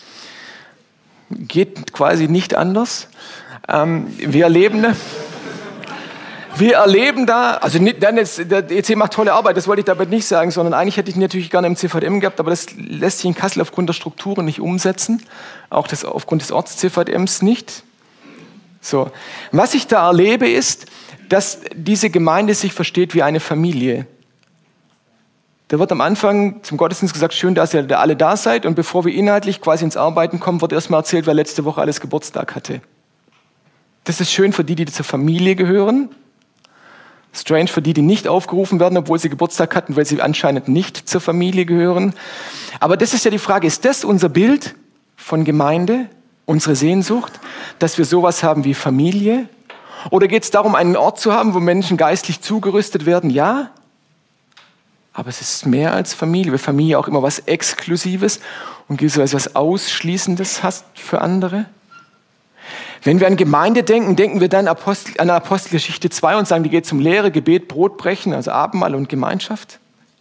Geht quasi nicht anders. Ähm, wir erleben... Wir erleben da, also nicht, dann ist, der E C macht tolle Arbeit, das wollte ich damit nicht sagen, sondern eigentlich hätte ich ihn natürlich gerne im C V J M gehabt, aber das lässt sich in Kassel aufgrund der Strukturen nicht umsetzen, auch das, aufgrund des Orts-C V J Ms nicht. So. Was ich da erlebe ist, dass diese Gemeinde sich versteht wie eine Familie. Da wird am Anfang zum Gottesdienst gesagt, schön, dass ihr alle da seid, und bevor wir inhaltlich quasi ins Arbeiten kommen, wird erstmal erzählt, wer letzte Woche alles Geburtstag hatte. Das ist schön für die, die zur Familie gehören. Strange für die, die nicht aufgerufen werden, obwohl sie Geburtstag hatten, weil sie anscheinend nicht zur Familie gehören. Aber das ist ja die Frage, ist das unser Bild von Gemeinde, unsere Sehnsucht, dass wir sowas haben wie Familie? Oder geht es darum, einen Ort zu haben, wo Menschen geistlich zugerüstet werden? Ja, aber es ist mehr als Familie, weil Familie auch immer was Exklusives und gewisserweise was Ausschließendes hat für andere. Wenn wir an Gemeinde denken, denken wir dann Apostel, an Apostelgeschichte zwei und sagen, die geht zum Lehre, Gebet, Brotbrechen, also Abendmahl und Gemeinschaft.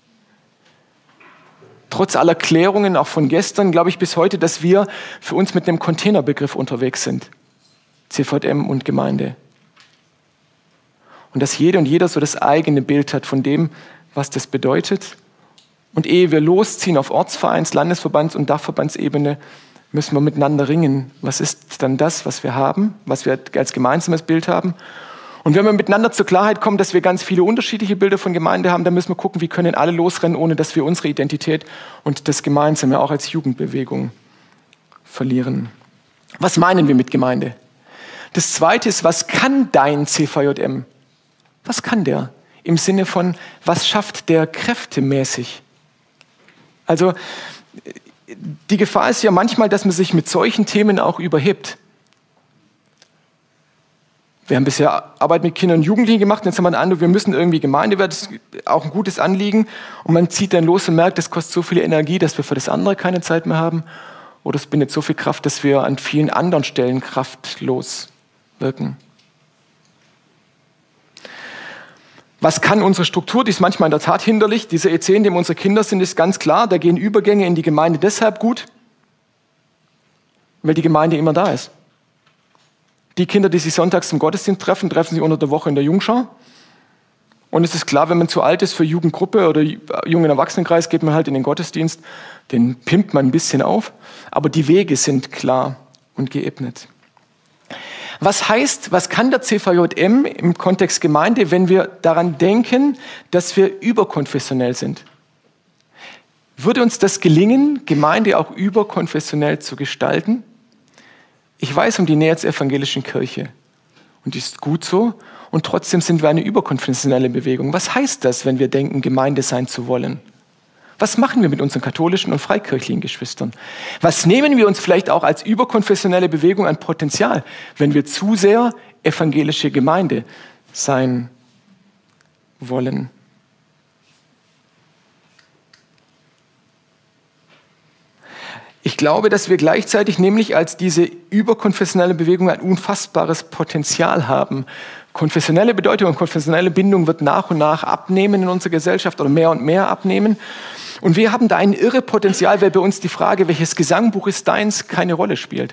Trotz aller Klärungen, auch von gestern, glaube ich bis heute, dass wir für uns mit einem Containerbegriff unterwegs sind. C V J M und Gemeinde. Und dass jede und jeder so das eigene Bild hat von dem, was das bedeutet. Und ehe wir losziehen auf Ortsvereins-, Landesverbands- und Dachverbandsebene, müssen wir miteinander ringen. Was ist dann das, was wir haben, was wir als gemeinsames Bild haben? Und wenn wir miteinander zur Klarheit kommen, dass wir ganz viele unterschiedliche Bilder von Gemeinde haben, dann müssen wir gucken, wie können alle losrennen, ohne dass wir unsere Identität und das Gemeinsame auch als Jugendbewegung verlieren. Was meinen wir mit Gemeinde? Das Zweite ist, was kann dein C V J M? Was kann der? Im Sinne von, was schafft der kräftemäßig? Also, die Gefahr ist ja manchmal, dass man sich mit solchen Themen auch überhebt. Wir haben bisher Arbeit mit Kindern und Jugendlichen gemacht, jetzt haben wir einen Eindruck, wir müssen irgendwie Gemeinde werden, das ist auch ein gutes Anliegen. Und man zieht dann los und merkt, das kostet so viel Energie, dass wir für das andere keine Zeit mehr haben. Oder es bindet so viel Kraft, dass wir an vielen anderen Stellen kraftlos wirken. Was kann unsere Struktur? Die ist manchmal in der Tat hinderlich. Dieser E C, in dem unsere Kinder sind, ist ganz klar. Da gehen Übergänge in die Gemeinde deshalb gut, weil die Gemeinde immer da ist. Die Kinder, die sich sonntags zum Gottesdienst treffen, treffen sich unter der Woche in der Jungschau. Und es ist klar, wenn man zu alt ist für Jugendgruppe oder jungen Erwachsenenkreis, geht man halt in den Gottesdienst, den pimpt man ein bisschen auf, aber die Wege sind klar und geebnet. Was heißt, was kann der C V J M im Kontext Gemeinde, wenn wir daran denken, dass wir überkonfessionell sind? Würde uns das gelingen, Gemeinde auch überkonfessionell zu gestalten? Ich weiß um die Nähe zur evangelischen Kirche und die ist gut so und trotzdem sind wir eine überkonfessionelle Bewegung. Was heißt das, wenn wir denken, Gemeinde sein zu wollen? Was machen wir mit unseren katholischen und freikirchlichen Geschwistern? Was nehmen wir uns vielleicht auch als überkonfessionelle Bewegung an Potenzial, wenn wir zu sehr evangelische Gemeinde sein wollen? Ich glaube, dass wir gleichzeitig nämlich als diese überkonfessionelle Bewegung ein unfassbares Potenzial haben. Konfessionelle Bedeutung und konfessionelle Bindung wird nach und nach abnehmen in unserer Gesellschaft oder mehr und mehr abnehmen. Und wir haben da ein irre Potenzial, weil bei uns die Frage, welches Gesangbuch ist deins, keine Rolle spielt.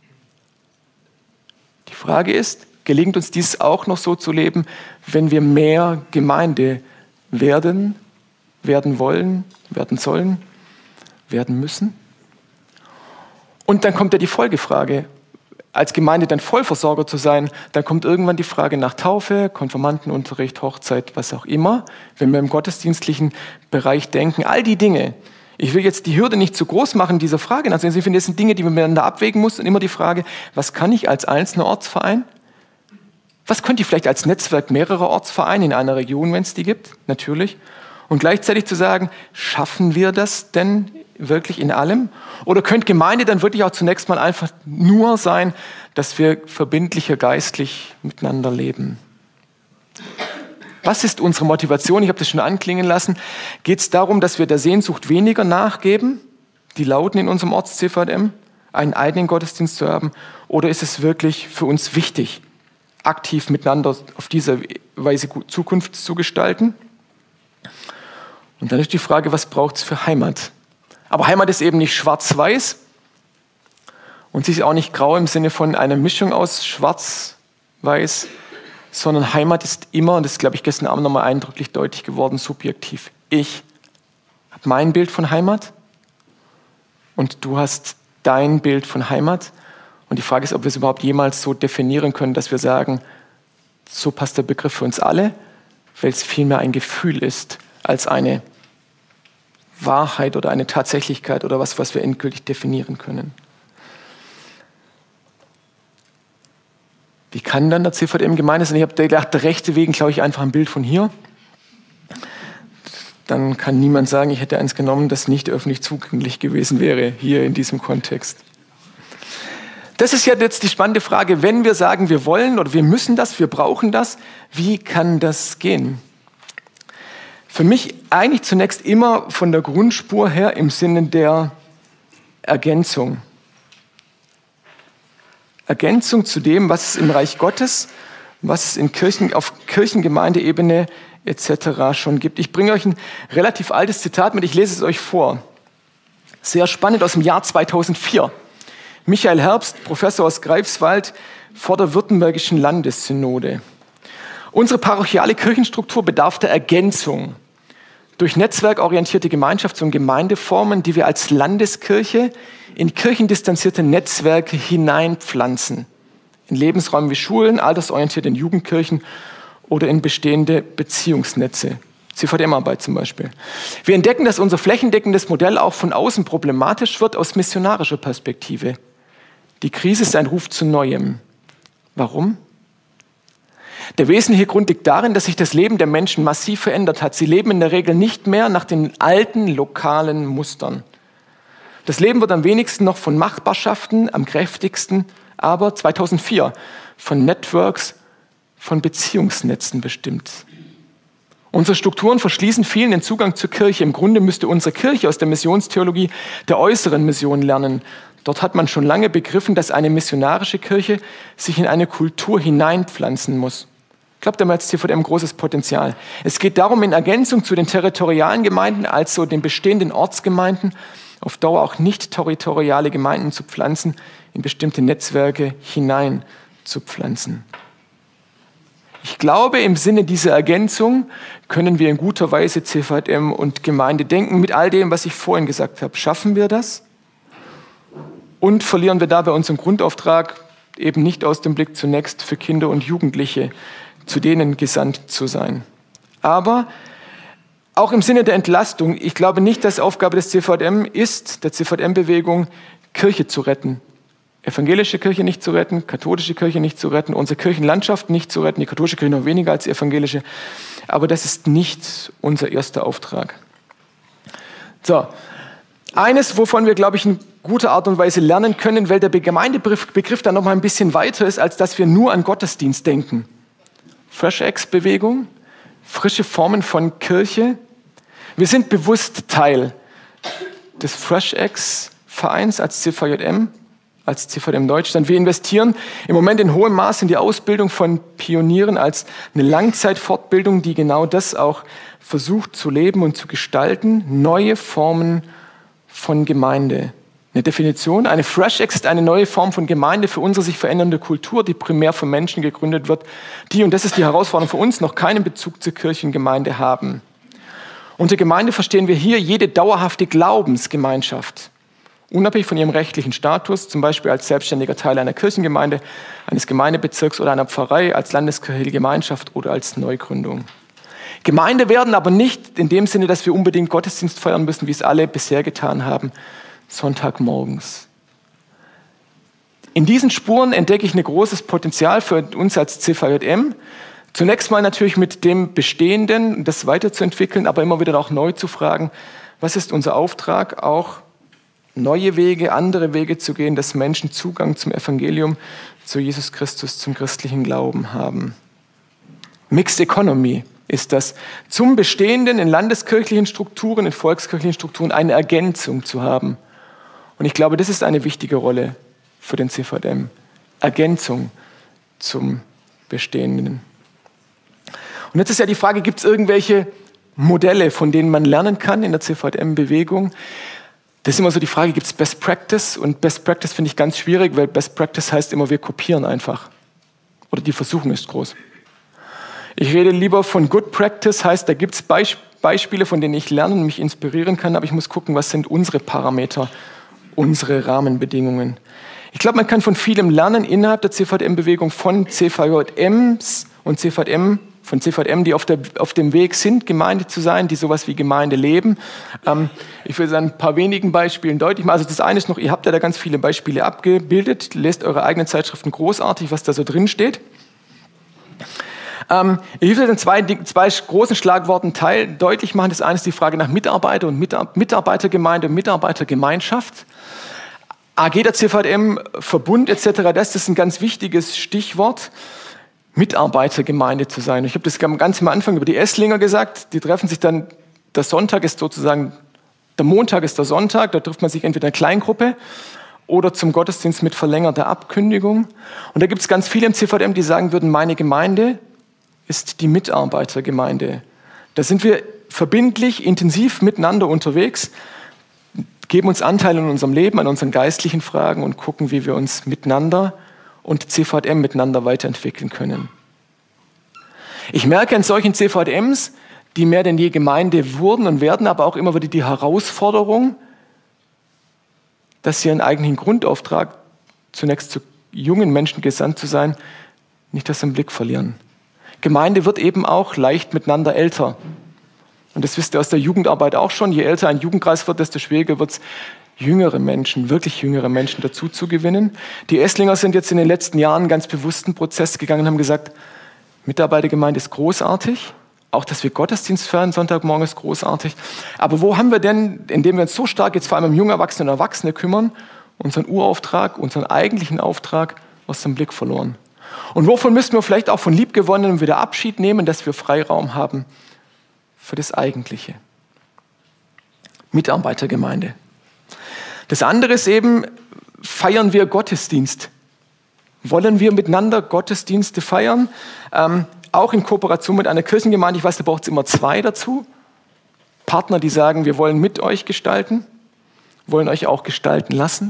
Die Frage ist, gelingt uns dies auch noch so zu leben, wenn wir mehr Gemeinde werden, werden wollen, werden sollen, werden müssen? Und dann kommt ja die Folgefrage. Als Gemeinde dann Vollversorger zu sein, dann kommt irgendwann die Frage nach Taufe, Konfirmandenunterricht, Hochzeit, was auch immer. Wenn wir im gottesdienstlichen Bereich denken, all die Dinge. Ich will jetzt die Hürde nicht zu groß machen, dieser Frage. Also ich finde, das sind Dinge, die man miteinander abwägen muss. Und immer die Frage, was kann ich als einzelner Ortsverein? Was könnte ich vielleicht als Netzwerk mehrerer Ortsvereine in einer Region, wenn es die gibt? Natürlich. Und gleichzeitig zu sagen, schaffen wir das denn wirklich in allem? Oder könnte Gemeinde dann wirklich auch zunächst mal einfach nur sein, dass wir verbindlicher geistlich miteinander leben? Was ist unsere Motivation? Ich habe das schon anklingen lassen. Geht es darum, dass wir der Sehnsucht weniger nachgeben, die lauten in unserem Orts-C V J M, einen eigenen Gottesdienst zu haben? Oder ist es wirklich für uns wichtig, aktiv miteinander auf diese Weise Zukunft zu gestalten? Und dann ist die Frage, was braucht es für Heimat? Aber Heimat ist eben nicht schwarz-weiß und sie ist auch nicht grau im Sinne von einer Mischung aus schwarz-weiß, sondern Heimat ist immer, und das ist, glaube ich, gestern Abend nochmal eindrücklich deutlich geworden, subjektiv. Ich habe mein Bild von Heimat und du hast dein Bild von Heimat. Und die Frage ist, ob wir es überhaupt jemals so definieren können, dass wir sagen, so passt der Begriff für uns alle, weil es vielmehr ein Gefühl ist, als eine Wahrheit oder eine Tatsächlichkeit oder was, was wir endgültig definieren können. Wie kann dann der C V J M Gemeinde sein? Ich habe gedacht, der rechte wegen glaube ich einfach ein Bild von hier. Dann kann niemand sagen, ich hätte eins genommen, das nicht öffentlich zugänglich gewesen wäre, hier in diesem Kontext. Das ist ja jetzt die spannende Frage, wenn wir sagen, wir wollen oder wir müssen das, wir brauchen das, wie kann das gehen? Für mich eigentlich zunächst immer von der Grundspur her im Sinne der Ergänzung. Ergänzung zu dem, was es im Reich Gottes, was es in Kirchen, auf Kirchengemeindeebene et cetera schon gibt. Ich bringe euch ein relativ altes Zitat mit, ich lese es euch vor. Sehr spannend aus dem Jahr zweitausendvier. Michael Herbst, Professor aus Greifswald, vor der Württembergischen Landessynode. Unsere parochiale Kirchenstruktur bedarf der Ergänzung durch netzwerkorientierte Gemeinschafts- und Gemeindeformen, die wir als Landeskirche in kirchendistanzierte Netzwerke hineinpflanzen. In Lebensräumen wie Schulen, altersorientierte Jugendkirchen oder in bestehende Beziehungsnetze. C V J M-Arbeit zum Beispiel. Wir entdecken, dass unser flächendeckendes Modell auch von außen problematisch wird aus missionarischer Perspektive. Die Krise ist ein Ruf zu Neuem. Warum? Der wesentliche Grund liegt darin, dass sich das Leben der Menschen massiv verändert hat. Sie leben in der Regel nicht mehr nach den alten lokalen Mustern. Das Leben wird am wenigsten noch von Machbarschaften, am kräftigsten aber zweitausendvier von Networks, von Beziehungsnetzen bestimmt. Unsere Strukturen verschließen vielen den Zugang zur Kirche. Im Grunde müsste unsere Kirche aus der Missionstheologie der äußeren Mission lernen. Dort hat man schon lange begriffen, dass eine missionarische Kirche sich in eine Kultur hineinpflanzen muss. Ich glaube, da haben wir als C V J M ein großes Potenzial. Es geht darum, in Ergänzung zu den territorialen Gemeinden, also den bestehenden Ortsgemeinden, auf Dauer auch nicht territoriale Gemeinden zu pflanzen, in bestimmte Netzwerke hinein zu pflanzen. Ich glaube, im Sinne dieser Ergänzung können wir in guter Weise C V J M und Gemeinde denken, mit all dem, was ich vorhin gesagt habe. Schaffen wir das? Und verlieren wir dabei unseren Grundauftrag eben nicht aus dem Blick, zunächst für Kinder und Jugendliche, zu denen gesandt zu sein. Aber auch im Sinne der Entlastung, ich glaube nicht, dass Aufgabe des C V J M ist, der C V J M-Bewegung, Kirche zu retten. Evangelische Kirche nicht zu retten, katholische Kirche nicht zu retten, unsere Kirchenlandschaft nicht zu retten, die katholische Kirche noch weniger als die evangelische. Aber das ist nicht unser erster Auftrag. So, eines, wovon wir, glaube ich, in guter Art und Weise lernen können, weil der Gemeindebegriff dann noch mal ein bisschen weiter ist, als dass wir nur an Gottesdienst denken. Fresh Acts-Bewegung, frische Formen von Kirche. Wir sind bewusst Teil des Fresh Acts-Vereins als C V J M, als C V J M Deutschland. Wir investieren im Moment in hohem Maß in die Ausbildung von Pionieren als eine Langzeitfortbildung, die genau das auch versucht zu leben und zu gestalten. Neue Formen von Gemeinde. Eine Definition, eine Fresh Act ist eine neue Form von Gemeinde für unsere sich verändernde Kultur, die primär von Menschen gegründet wird, die, und das ist die Herausforderung für uns, noch keinen Bezug zur Kirchengemeinde haben. Unter Gemeinde verstehen wir hier jede dauerhafte Glaubensgemeinschaft, unabhängig von ihrem rechtlichen Status, zum Beispiel als selbstständiger Teil einer Kirchengemeinde, eines Gemeindebezirks oder einer Pfarrei, als landeskirchliche Gemeinschaft oder als Neugründung. Gemeinde werden aber nicht in dem Sinne, dass wir unbedingt Gottesdienst feiern müssen, wie es alle bisher getan haben, Sonntagmorgens. In diesen Spuren entdecke ich ein großes Potenzial für uns als C V J M. Zunächst mal natürlich mit dem Bestehenden, das weiterzuentwickeln, aber immer wieder auch neu zu fragen, was ist unser Auftrag, auch neue Wege, andere Wege zu gehen, dass Menschen Zugang zum Evangelium, zu Jesus Christus, zum christlichen Glauben haben. Mixed Economy ist das, zum Bestehenden in landeskirchlichen Strukturen, in volkskirchlichen Strukturen eine Ergänzung zu haben. Und ich glaube, das ist eine wichtige Rolle für den C V J M. Ergänzung zum Bestehenden. Und jetzt ist ja die Frage, gibt es irgendwelche Modelle, von denen man lernen kann in der C V J M-Bewegung? Das ist immer so die Frage, gibt es Best Practice? Und Best Practice finde ich ganz schwierig, weil Best Practice heißt immer, wir kopieren einfach. Oder die Versuchung ist groß. Ich rede lieber von Good Practice, heißt, da gibt es Beisp- Beispiele, von denen ich lernen und mich inspirieren kann, aber ich muss gucken, was sind unsere Parameter, unsere Rahmenbedingungen. Ich glaube, man kann von vielem lernen innerhalb der C V J M-Bewegung, von C V J Ms und C V J M, von C V J M, die auf, der, auf dem Weg sind, Gemeinde zu sein, die sowas wie Gemeinde leben. Ähm, ich will es an ein paar wenigen Beispielen deutlich machen. Also das eine ist noch, ihr habt ja da ganz viele Beispiele abgebildet, lest eure eigenen Zeitschriften großartig, was da so drin steht. Ähm, ich will in zwei, zwei großen Schlagworten teil, deutlich machen. Das eine ist die Frage nach Mitarbeiter und Mitarbeitergemeinde und Mitarbeitergemeinschaft. A G der C V J M, Verbund et cetera, das ist ein ganz wichtiges Stichwort, Mitarbeitergemeinde zu sein. Ich habe das ganz am Anfang über die Esslinger gesagt, die treffen sich dann, der Sonntag ist sozusagen, der Montag ist der Sonntag, da trifft man sich entweder in einer Kleingruppe oder zum Gottesdienst mit verlängerter Abkündigung. Und da gibt es ganz viele im C V J M, die sagen würden, meine Gemeinde ist die Mitarbeitergemeinde. Da sind wir verbindlich, intensiv miteinander unterwegs, geben uns Anteil an unserem Leben, an unseren geistlichen Fragen und gucken, wie wir uns miteinander und C V J M miteinander weiterentwickeln können. Ich merke an solchen C V J Ms, die mehr denn je Gemeinde wurden und werden, aber auch immer wieder die Herausforderung, dass sie ihren eigenen Grundauftrag, zunächst zu jungen Menschen gesandt zu sein, nicht aus dem Blick verlieren. Gemeinde wird eben auch leicht miteinander älter. Und das wisst ihr aus der Jugendarbeit auch schon. Je älter ein Jugendkreis wird, desto schwieriger wird es, jüngere Menschen, wirklich jüngere Menschen dazu zu gewinnen. Die Esslinger sind jetzt in den letzten Jahren einen ganz bewussten Prozess gegangen und haben gesagt, Mitarbeitergemeinde ist großartig. Auch, dass wir Gottesdienst feiern, Sonntagmorgen ist großartig. Aber wo haben wir denn, indem wir uns so stark jetzt vor allem um junge Erwachsene und Erwachsene kümmern, unseren Urauftrag, unseren eigentlichen Auftrag aus dem Blick verloren? Und wovon müssen wir vielleicht auch von Liebgewonnenen wieder Abschied nehmen, dass wir Freiraum haben für das Eigentliche? Mitarbeitergemeinde. Das andere ist eben, feiern wir Gottesdienst? Wollen wir miteinander Gottesdienste feiern? Ähm, auch in Kooperation mit einer Kirchengemeinde. Ich weiß, da braucht es immer zwei dazu. Partner, die sagen, wir wollen mit euch gestalten, wollen euch auch gestalten lassen.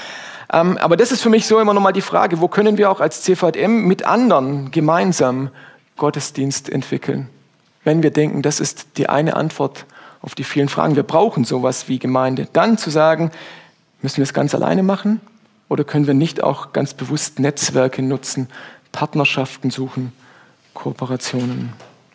Ähm, aber das ist für mich so immer nochmal die Frage, wo können wir auch als C V J M mit anderen gemeinsam Gottesdienst entwickeln, wenn wir denken, das ist die eine Antwort auf die vielen Fragen. Wir brauchen sowas wie Gemeinde. Dann zu sagen, müssen wir es ganz alleine machen oder können wir nicht auch ganz bewusst Netzwerke nutzen, Partnerschaften suchen, Kooperationen.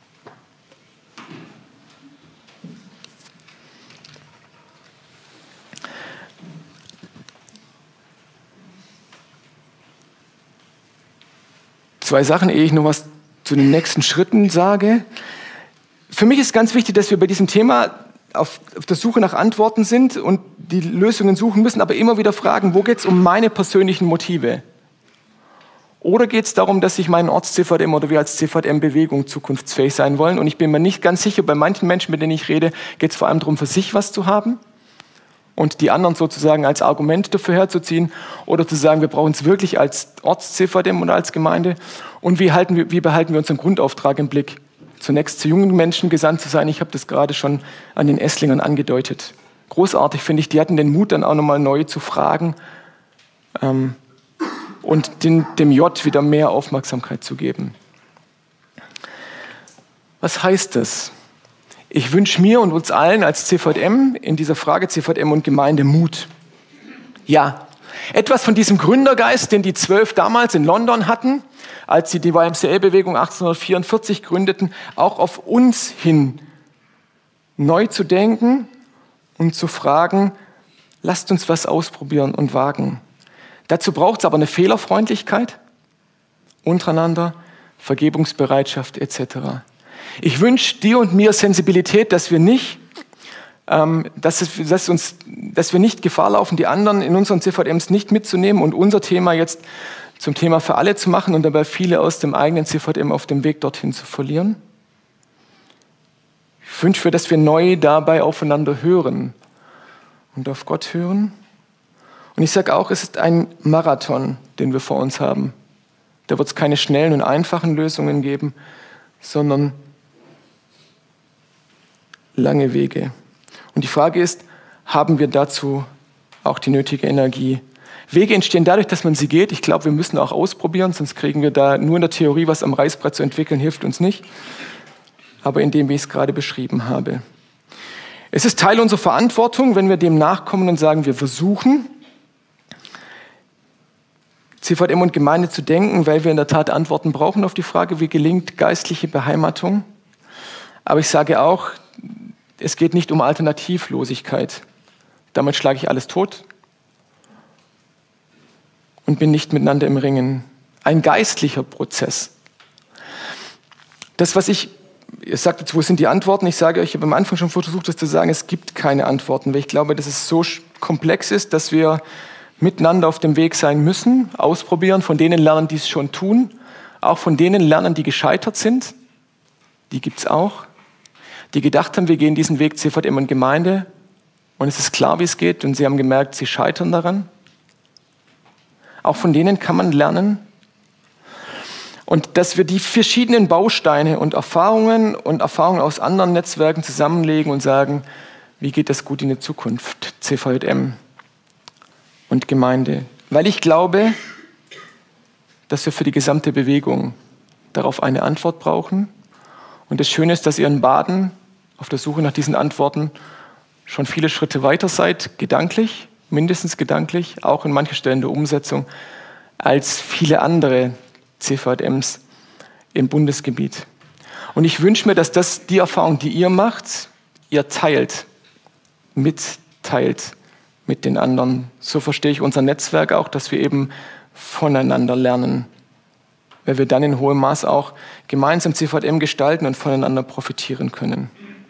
Zwei Sachen, ehe ich noch was zu den nächsten Schritten sage. Für mich ist ganz wichtig, dass wir bei diesem Thema auf, auf der Suche nach Antworten sind und die Lösungen suchen müssen, aber immer wieder fragen, wo geht es um meine persönlichen Motive? Oder geht es darum, dass ich meinen Orts-C V M oder wir als C V M-Bewegung zukunftsfähig sein wollen? Und ich bin mir nicht ganz sicher, bei manchen Menschen, mit denen ich rede, geht es vor allem darum, für sich was zu haben und die anderen sozusagen als Argument dafür herzuziehen oder zu sagen, wir brauchen es wirklich als Orts-C V M oder als Gemeinde. Und wie, halten wir, wie behalten wir unseren Grundauftrag im Blick? Zunächst zu jungen Menschen gesandt zu sein. Ich habe das gerade schon an den Esslingern angedeutet. Großartig finde ich, die hatten den Mut, dann auch nochmal neu zu fragen ähm, und den, dem J wieder mehr Aufmerksamkeit zu geben. Was heißt das? Ich wünsche mir und uns allen als C V M in dieser Frage C V M und Gemeinde Mut. Ja, etwas von diesem Gründergeist, den die Zwölf damals in London hatten, als sie die Y M C A-Bewegung achtzehnhundertvierundvierzig gründeten, auch auf uns hin neu zu denken und zu fragen, lasst uns was ausprobieren und wagen. Dazu braucht es aber eine Fehlerfreundlichkeit untereinander, Vergebungsbereitschaft et cetera. Ich wünsche dir und mir Sensibilität, dass wir nicht, ähm, dass, es, dass, uns, dass wir nicht Gefahr laufen, die anderen in unseren C V Ms nicht mitzunehmen und unser Thema jetzt zum Thema für alle zu machen und dabei viele aus dem eigenen C V M auf dem Weg dorthin zu verlieren. Ich wünsche mir, dass wir neu dabei aufeinander hören und auf Gott hören. Und ich sage auch, es ist ein Marathon, den wir vor uns haben. Da wird es keine schnellen und einfachen Lösungen geben, sondern lange Wege. Und die Frage ist, haben wir dazu auch die nötige Energie? Wege entstehen dadurch, dass man sie geht. Ich glaube, wir müssen auch ausprobieren, sonst kriegen wir da nur in der Theorie was am Reißbrett zu entwickeln, hilft uns nicht. Aber in dem, wie ich es gerade beschrieben habe. Es ist Teil unserer Verantwortung, wenn wir dem nachkommen und sagen, wir versuchen, C V M und Gemeinde zu denken, weil wir in der Tat Antworten brauchen auf die Frage, wie gelingt geistliche Beheimatung. Aber ich sage auch, es geht nicht um Alternativlosigkeit. Damit schlage ich alles tot und bin nicht miteinander im Ringen. Ein geistlicher Prozess. Das, was ich, ihr sagt jetzt, wo sind die Antworten? Ich sage euch, ich habe am Anfang schon versucht, das zu sagen, es gibt keine Antworten, weil ich glaube, dass es so komplex ist, dass wir miteinander auf dem Weg sein müssen, ausprobieren, von denen lernen, die es schon tun, auch von denen lernen, die gescheitert sind, die gibt es auch, die gedacht haben, wir gehen diesen Weg C V M und Gemeinde und es ist klar, wie es geht und sie haben gemerkt, sie scheitern daran. Auch von denen kann man lernen. Und dass wir die verschiedenen Bausteine und Erfahrungen und Erfahrungen aus anderen Netzwerken zusammenlegen und sagen, wie geht das gut in die Zukunft, C V M und Gemeinde. Weil ich glaube, dass wir für die gesamte Bewegung darauf eine Antwort brauchen. Und das Schöne ist, dass ihr in Baden auf der Suche nach diesen Antworten schon viele Schritte weiter seid, gedanklich, mindestens gedanklich, auch in manchen Stellen der Umsetzung, als viele andere C V Ms im Bundesgebiet. Und ich wünsche mir, dass das die Erfahrung, die ihr macht, ihr teilt, mitteilt mit den anderen. So verstehe ich unser Netzwerk auch, dass wir eben voneinander lernen, weil wir dann in hohem Maß auch gemeinsam C V M gestalten und voneinander profitieren können.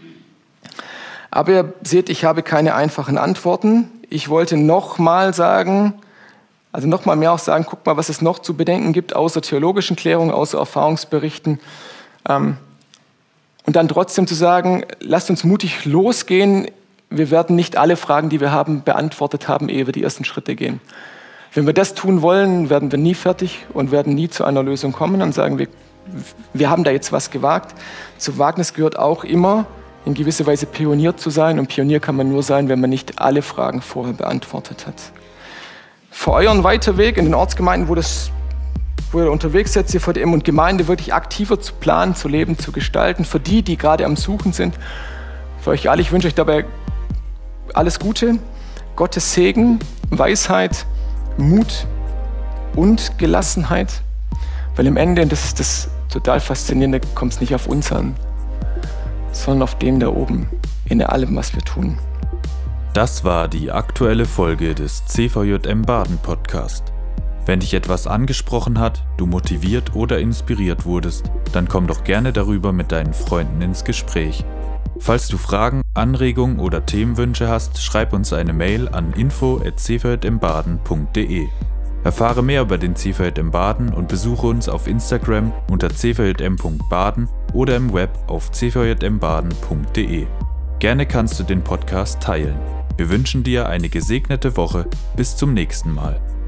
Aber ihr seht, ich habe keine einfachen Antworten. Ich wollte noch mal sagen, also noch mal mehr auch sagen, guckt mal, was es noch zu bedenken gibt, außer theologischen Klärungen, außer Erfahrungsberichten. Und dann trotzdem zu sagen, lasst uns mutig losgehen. Wir werden nicht alle Fragen, die wir haben, beantwortet haben, ehe wir die ersten Schritte gehen. Wenn wir das tun wollen, werden wir nie fertig und werden nie zu einer Lösung kommen. Dann sagen wir, wir haben da jetzt was gewagt. Zu Wagnis gehört auch immer, in gewisser Weise Pionier zu sein. Und Pionier kann man nur sein, wenn man nicht alle Fragen vorher beantwortet hat. Für euren Weiterweg in den Ortsgemeinden, wo das wo ihr unterwegs seid, C V D M und Gemeinde wirklich aktiver zu planen, zu leben, zu gestalten. Für die, die gerade am Suchen sind, für euch alle, ich wünsche euch dabei alles Gute, Gottes Segen, Weisheit, Mut und Gelassenheit. Weil am Ende, und das ist das total Faszinierende, kommt es nicht auf uns an, sondern auf den da oben, in allem, was wir tun. Das war die aktuelle Folge des C V J M Baden Podcast. Wenn dich etwas angesprochen hat, du motiviert oder inspiriert wurdest, dann komm doch gerne darüber mit deinen Freunden ins Gespräch. Falls du Fragen, Anregungen oder Themenwünsche hast, schreib uns eine Mail an info at c v j m baden punkt d e. Erfahre mehr über den C V J M Baden und besuche uns auf Instagram unter c v j m punkt baden oder im Web auf c v j m baden punkt d e. Gerne kannst du den Podcast teilen. Wir wünschen dir eine gesegnete Woche. Bis zum nächsten Mal.